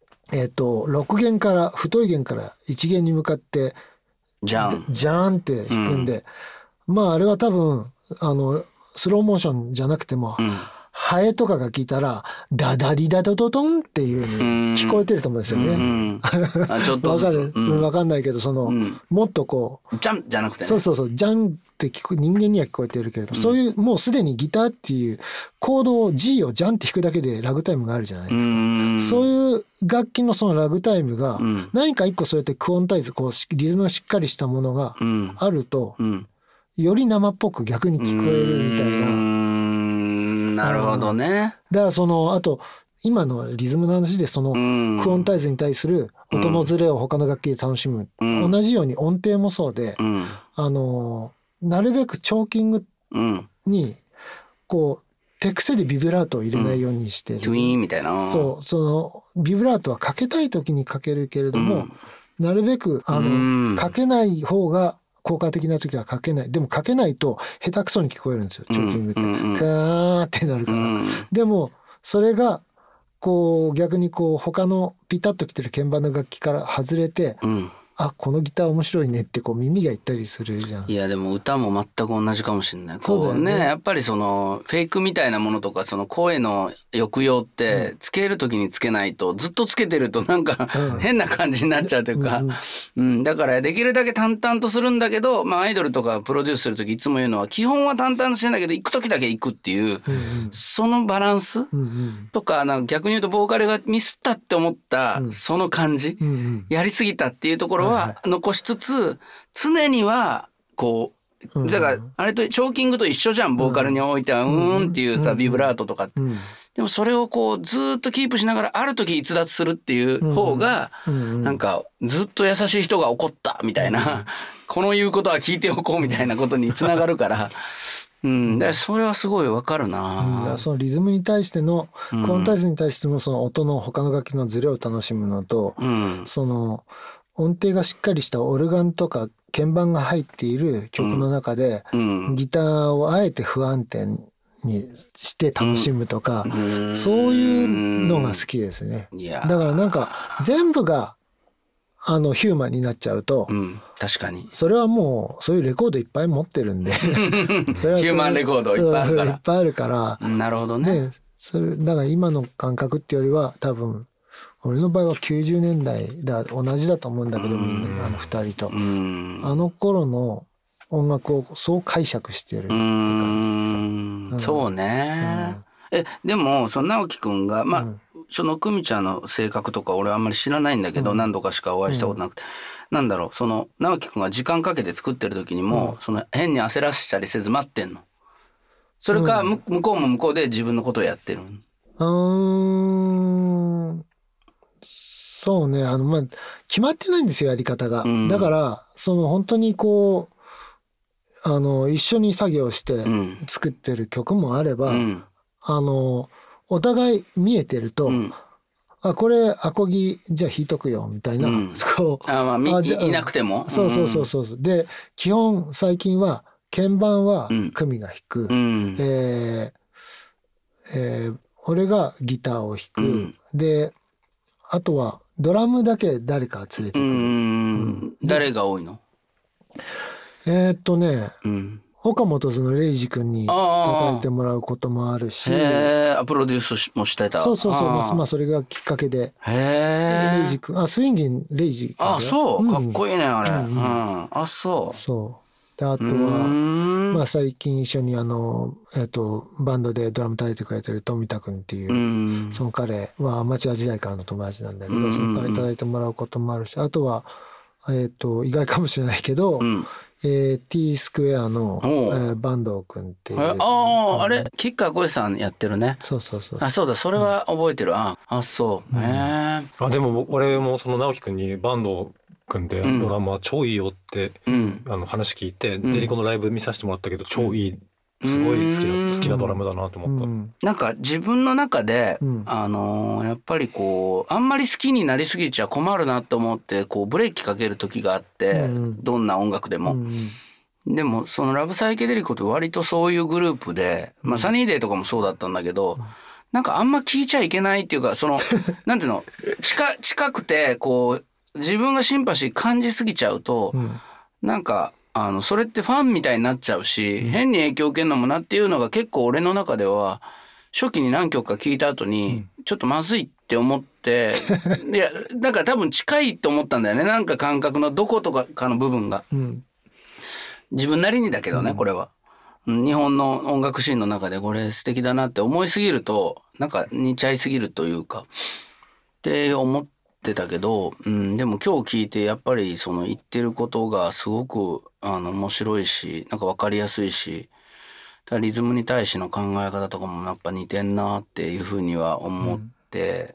6弦から太い弦から1弦に向かってジャーンって弾くんで、あれは多分スローモーションじゃなくても、ハエとかが聞いたらダダリダドドドンっていう風に聞こえてると思うんですよね。 ちょっとわかんないけど、もっとこうジャンじゃなくてね、 そうジャンって人間には聞こえてるけれど、そういうもうすでにギターっていうコードを G をジャンって弾くだけでラグタイムがあるじゃないですか。そういう楽器のそのラグタイムが何か一個そうやってクオンタイズ、こうリズムがしっかりしたものがあると、より生っぽく逆に聞こえるみたいな。 なるほどね。 だからあと今のリズムの話でクオンタイズに対する音のズレを他の楽器で楽しむ、同じように音程もそうで、なるべくチョーキングにこう手癖でビブラートを入れないようにしてる。 トゥイーンみたいな。 ビブラートはかけたい時にかけるけれども、なるべくかけない方が効果的な時はかけない。でもかけないと下手くそに聞こえるんですよ、チョーキングって。ガーってなるから。でもそれがこう逆にこう他のピタッときてる鍵盤の楽器から外れて、このギター面白いねってこう耳が言ったりするじゃん。 いやでも歌も全く同じかもしれない。 そうだよね。 やっぱりフェイクみたいなものとか声の抑揚ってつける時につけないと、ずっとつけてるとなんか変な感じになっちゃうというか、だからできるだけ淡々とするんだけど、アイドルとかプロデュースする時いつも言うのは、基本は淡々としてんだけど行く時だけ行くっていう、そのバランスとか、逆に言うとボーカルがミスったって思ったその感じ、やりすぎたっていうところは残しつつ、常にはこうだからあれとチョーキングと一緒じゃん、ボーカルにおいてはっていうさ、ビブラートとか、でもそれをこうずっとキープしながらある時逸脱するっていう方が、なんかずっと優しい人が怒ったみたいな、この言うことは聞いておこうみたいなことにつながるから。でそれはすごいわかるな。 そのリズムに対してのクオンタイズに対してのその音の他の楽器のズレを楽しむのと、その音程がしっかりしたオルガンとか鍵盤が入っている曲の中で、ギターをあえて不安定にして楽しむとか、そういうのが好きですね。だからなんか全部がヒューマンになっちゃうと、 確かにそれはもうそういうレコードいっぱい持ってるんでそれはヒューマンレコードいっぱいあるから、 いっぱいあるから。 なるほどね。 それだから今の感覚っていうよりは、多分俺の場合は90年代だ、同じだと思うんだけど、みんな2人とあの頃の音楽をそう解釈してるって感じ。 そうね。でも直樹くんがその久美ちゃんの性格とか俺あんまり知らないんだけど、何度かしかお会いしたことなくて、なんだろう、直樹くんが時間かけて作ってる時にも、変に焦らせたりせず待ってんの？それか、向こうも向こうで自分のことをやってる？ そうね、決まってないんですよ、やり方が。だから本当にこう一緒に作業して作ってる曲もあれば、お互い見えてると、これアコギじゃあ弾いとくよみたいな、 いなくても、 そうで基本最近は鍵盤は久美が弾く、俺がギターを弾く、であとはドラムだけ誰か連れてくる。 誰が多いの？ 岡本のレイジ君に叩いてもらうこともあるし、 プロデュースもしてた。 そうそれがきっかけで。レイジ君、スウィンギンレイジ君。 そう、かっこいいねあれ。そう。 であとは最近一緒にバンドでドラム叩いてくれてる富田君っていうその彼はアマチュア時代からの友達なんだけどそのからいただいてもらうこともあるしあとは意外かもしれないけどT スクエアの坂東君っていうあれ吉川晃司さんやってるねそうそうだそれは覚えてるそうでも俺もその直樹君に坂東君でドラマは超いいよって、話聞いて、デリコのライブ見させてもらったけど超いいすごい好きなドラムだなと思った、 なんか自分の中で、やっぱりこうあんまり好きになりすぎちゃ困るなと思ってこうブレーキかける時があって、どんな音楽でも、でもそのラブサイケデリコって割とそういうグループで、サニーデーとかもそうだったんだけど、なんかあんま聞いちゃいけないっていうかそのなんていうの近くてこう自分がシンパシー感じすぎちゃうと、なんかそれってファンみたいになっちゃうし、変に影響を受けるのもなっていうのが結構俺の中では初期に何曲か聞いた後にちょっとまずいって思っていやだから多分近いと思ったんだよねなんか感覚のどことかの部分が、自分なりにだけどね、これは日本の音楽シーンの中でこれ素敵だなって思いすぎるとなんか似ちゃいすぎるというかって思ってたけど、でも今日聞いてやっぱりその言ってることがすごく面白いしなんか分かりやすいしリズムに対しての考え方とかもやっぱ似てんなっていうふうには思って、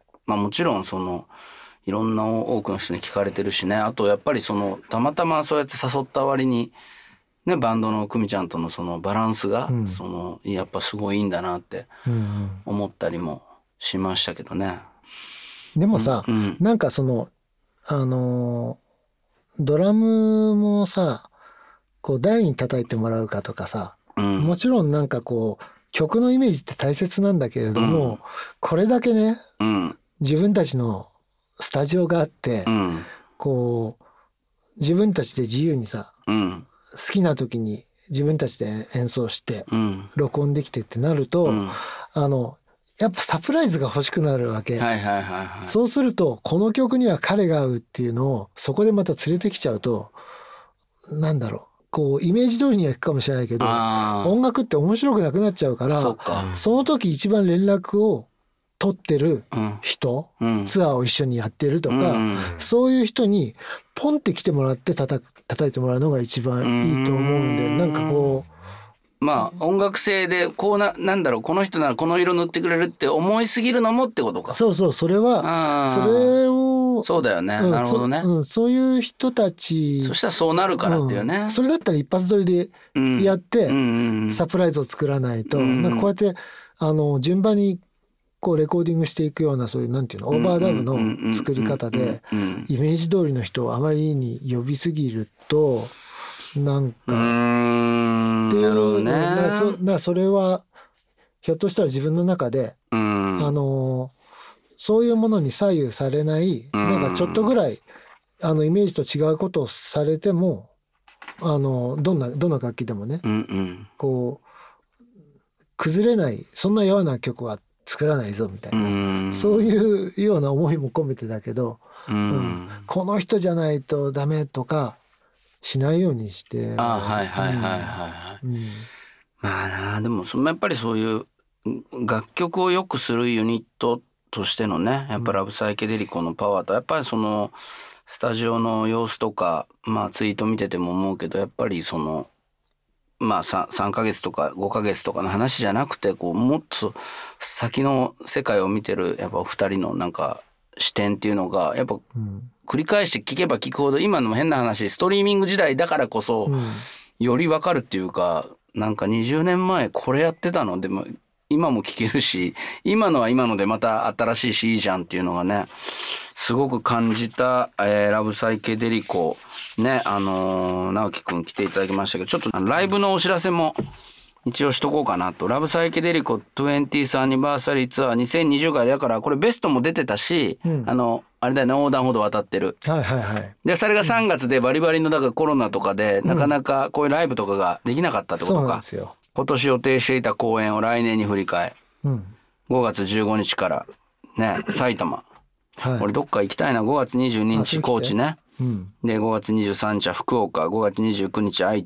もちろんそのいろんな多くの人に聞かれてるしねあとやっぱりそのたまたまそうやって誘った割にねバンドの久美ちゃんとのそのバランスが、そのやっぱすごいいいんだなって思ったりもしましたけどね。 でもさ、なんかそのドラムもさこう誰に叩いてもらうかとかさ、もちろんなんかこう曲のイメージって大切なんだけれども、これだけね、自分たちのスタジオがあって、こう自分たちで自由にさ、好きな時に自分たちで演奏して録音できてってなると、やっぱサプライズが欲しくなるわけ、そうするとこの曲には彼が合うっていうのをそこでまた連れてきちゃうとなんだろうこうイメージ通りにはいくかもしれないけど音楽って面白くなくなっちゃうから その時一番連絡を取ってる人、ツアーを一緒にやってるとか、そういう人にポンって来てもらって叩いてもらうのが一番いいと思うんでなんかこう音楽性でこうなんだろうこの人ならこの色塗ってくれるって思いすぎるのもってことか。 そうそれはそれをそうだよね、なるほどね、 そういう人たちそしたらそうなるからっていうね、 それだったら一発撮りでやって、サプライズを作らないと、なんかこうやって順番にこうレコーディングしていくようなそういうなんていうのオーバーダブの作り方でイメージ通りの人をあまりに呼びすぎるとなんかっていうそれはひょっとしたら自分の中でそういうものに左右されないなんかちょっとぐらいイメージと違うことをされてもどの楽器でもね、こう崩れないそんなような曲は作らないぞみたいな、そういうような思いも込めてだけど、この人じゃないとダメとかしないようにして。まあでもやっぱりそういう楽曲を良くするユニットとしてのねやっぱラブサイケデリコのパワーとやっぱりそのスタジオの様子とかツイート見てても思うけどやっぱりその3ヶ月とか5ヶ月とかの話じゃなくてこうもっと先の世界を見てるやっぱお二人のなんか視点っていうのがやっぱ繰り返して聞けば聞くほど今の変な話ストリーミング時代だからこそより分かるっていうかなんか20年前これやってたのでも今も聞けるし今のは今のでまた新しいしいいじゃんっていうのがねすごく感じた、ラブサイケデリコね直樹くん来ていただきましたけどちょっとライブのお知らせも一応しとこうかなと。ラブサイケデリコ 20th アニバーサリーツアー2020回だからこれベストも出てたし、あれだよね横断歩道渡ってる、でそれが3月でバリバリのだからコロナとかで、なかなかこういうライブとかができなかったってことか。そうなんですよ。今年予定していた公演を来年に振り替え、5月15日からね埼玉、俺どっか行きたいな。5月22日高知ね、で5月23日は福岡、5月29日愛知、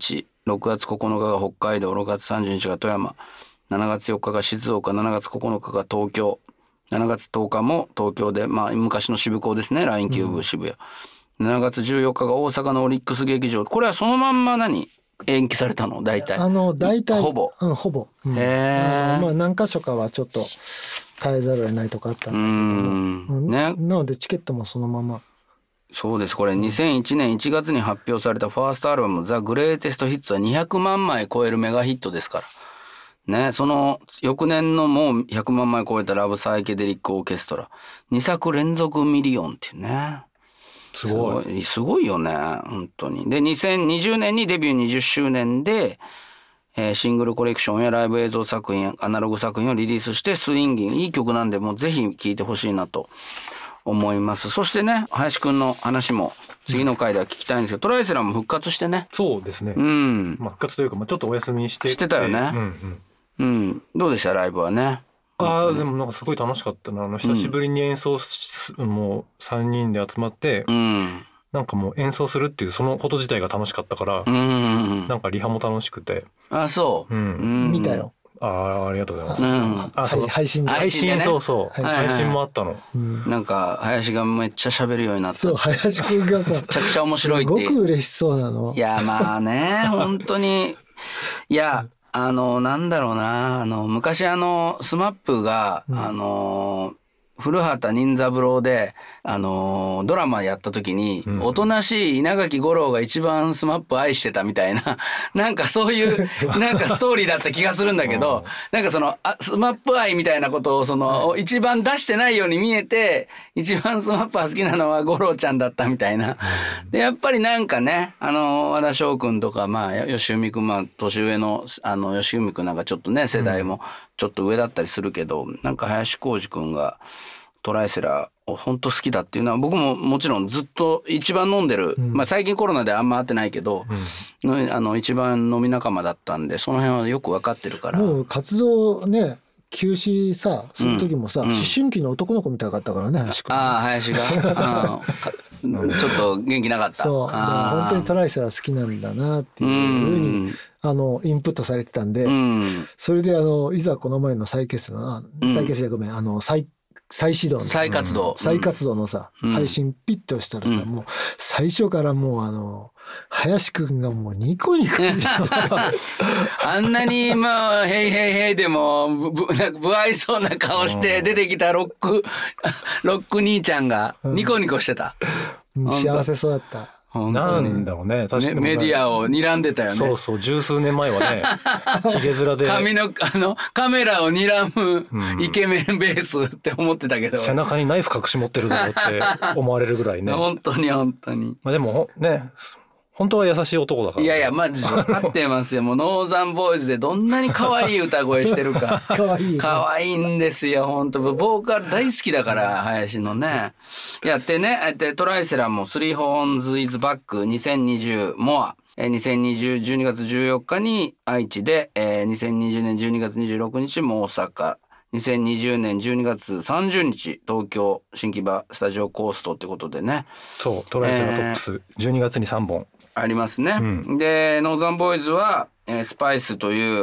6月9日が北海道、6月30日が富山、7月4日が静岡、7月9日が東京、7月10日も東京で、昔の渋港ですね、ラインキューブ渋谷、7月14日が大阪のオリックス劇場。これはそのまんま延期されたの？大体ほぼ、 ほぼ、何箇所かはちょっと変えざるを得ないとかあったんだけど、なのでチケットもそのまま。 そうです。これ2001年1月に発表されたファーストアルバムザ・グレーテストヒッツは200万枚超えるメガヒットですからね。その翌年のもう100万枚超えたラブサイケデリックオーケストラ2作連続ミリオンっていうね、すごいよね本当に。で2020年にデビュー20周年で、シングルコレクションやライブ映像作品、アナログ作品をリリースしてスインギング、いい曲なんでもうぜひ聴いてほしいなと思います。そしてね、林くんの話も次の回では聞きたいんですけど、トライセラも復活してね。 そうですね、復活というか、ちょっとお休みしてたよね。どうでしたライブはね？ でもなんかすごい楽しかったな。久しぶりに演奏もう3人で集まって、なんかもう演奏するっていうそのこと自体が楽しかったから、なんかリハも楽しくて。 そう。 見たよ。 ありがとうございます。 配信配信もあったの。 なんか林がめっちゃ喋るようになった。 そう、林くんがさ、めちゃくちゃ面白いって。 すごく嬉しそうなの。 いや本当に、いやなんだろうな、昔スマップが古畑任三郎でドラマやった時に、おとなしい稲垣吾郎が一番スマップ愛してたみたいななんかそういうなんかストーリーだった気がするんだけどなんかそのスマップ愛みたいなことを一番出してないように見えて、一番スマップが好きなのは吾郎ちゃんだったみたいな。でやっぱりなんかね、和田翔くんとか吉海くん、年上の吉海くんなんかちょっとね世代もちょっと上だったりするけど、なんか林浩司くんがトライセラを本当好きだっていうのは僕ももちろんずっと一番飲んでる、最近コロナであんま会ってないけど、一番飲み仲間だったんで、その辺はよく分かってるから。 もう活動ね休止さする時もさ、思春期の男の子みたいだったからね、林くん。 林がちょっと元気なかった。 そう本当にトライセラ好きなんだなっていうふうにインプットされてたんで、それでいざこの前の再結成ごめん再始動の再活動のさ、配信ピッとしたらさ、もう最初からもう林くんがもうニコニコあんなにヘイヘイヘイでも不愛想な顔して出てきたロック兄ちゃんがニコニコしてた。 幸せそうだった。 なんだろうね、確かにメディアを睨んでたよね。 そう十数年前はねひげ面でカメラを睨むイケメンベースって思ってたけど、 背中にナイフ隠し持ってるだろうって思われるぐらいね本当にでもね、本当は優しい男だから、ね。 いやマジで分かってますよ。もうノーザンボーイズでどんなに可愛い歌声してるか可愛いんですよ本当。ボーカル大好きだから林のね。やってね、トライセラも3 Horns is Back 2020 More 2020 12月14日に愛知で、2020年12月26日も大阪、2020年12月30日東京新木場スタジオコーストってことでね。 そうトライセラトップス12月に3本ありますね。でノーザンボーイズは、スパイスという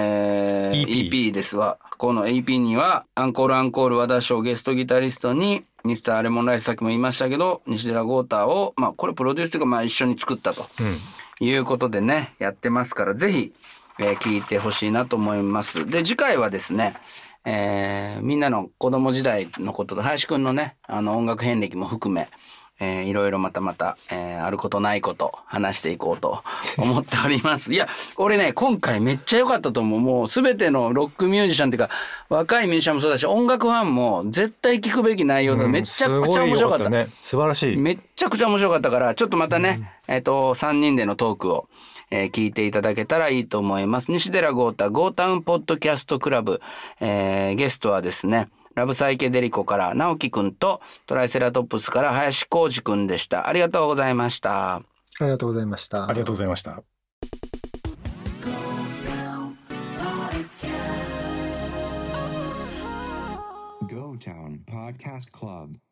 、EP ですわ。この EP にはアンコール和田翔ゲストギタリストにミスターレモンライス、さっきも言いましたけど西寺豪太を、これプロデュースというか一緒に作ったと、いうことでねやってますから、ぜひ聴いてほしいなと思います。で次回はですね、みんなの子供時代のことと林くんのね音楽遍歴も含めいろいろまた、あることないこと話していこうと思っております。いや俺ね今回めっちゃ良かったと思う。もう全てのロックミュージシャンっていうか若いミュージシャンもそうだし音楽ファンも絶対聞くべき内容で、めちゃくちゃ面白かった。 ね、素晴らしい。 めっちゃくちゃ面白かったから、ちょっとまたね、3人でのトークを聞いていただけたらいいと思います。西寺豪太ゴータウンポッドキャストクラブ、ゲストはですねラブサイケデリコから直樹くんとトライセラトップスから林浩司くんでした。ありがとうございました。 ありがとうございました。 ありがとうございました。 Go Town Podcast Club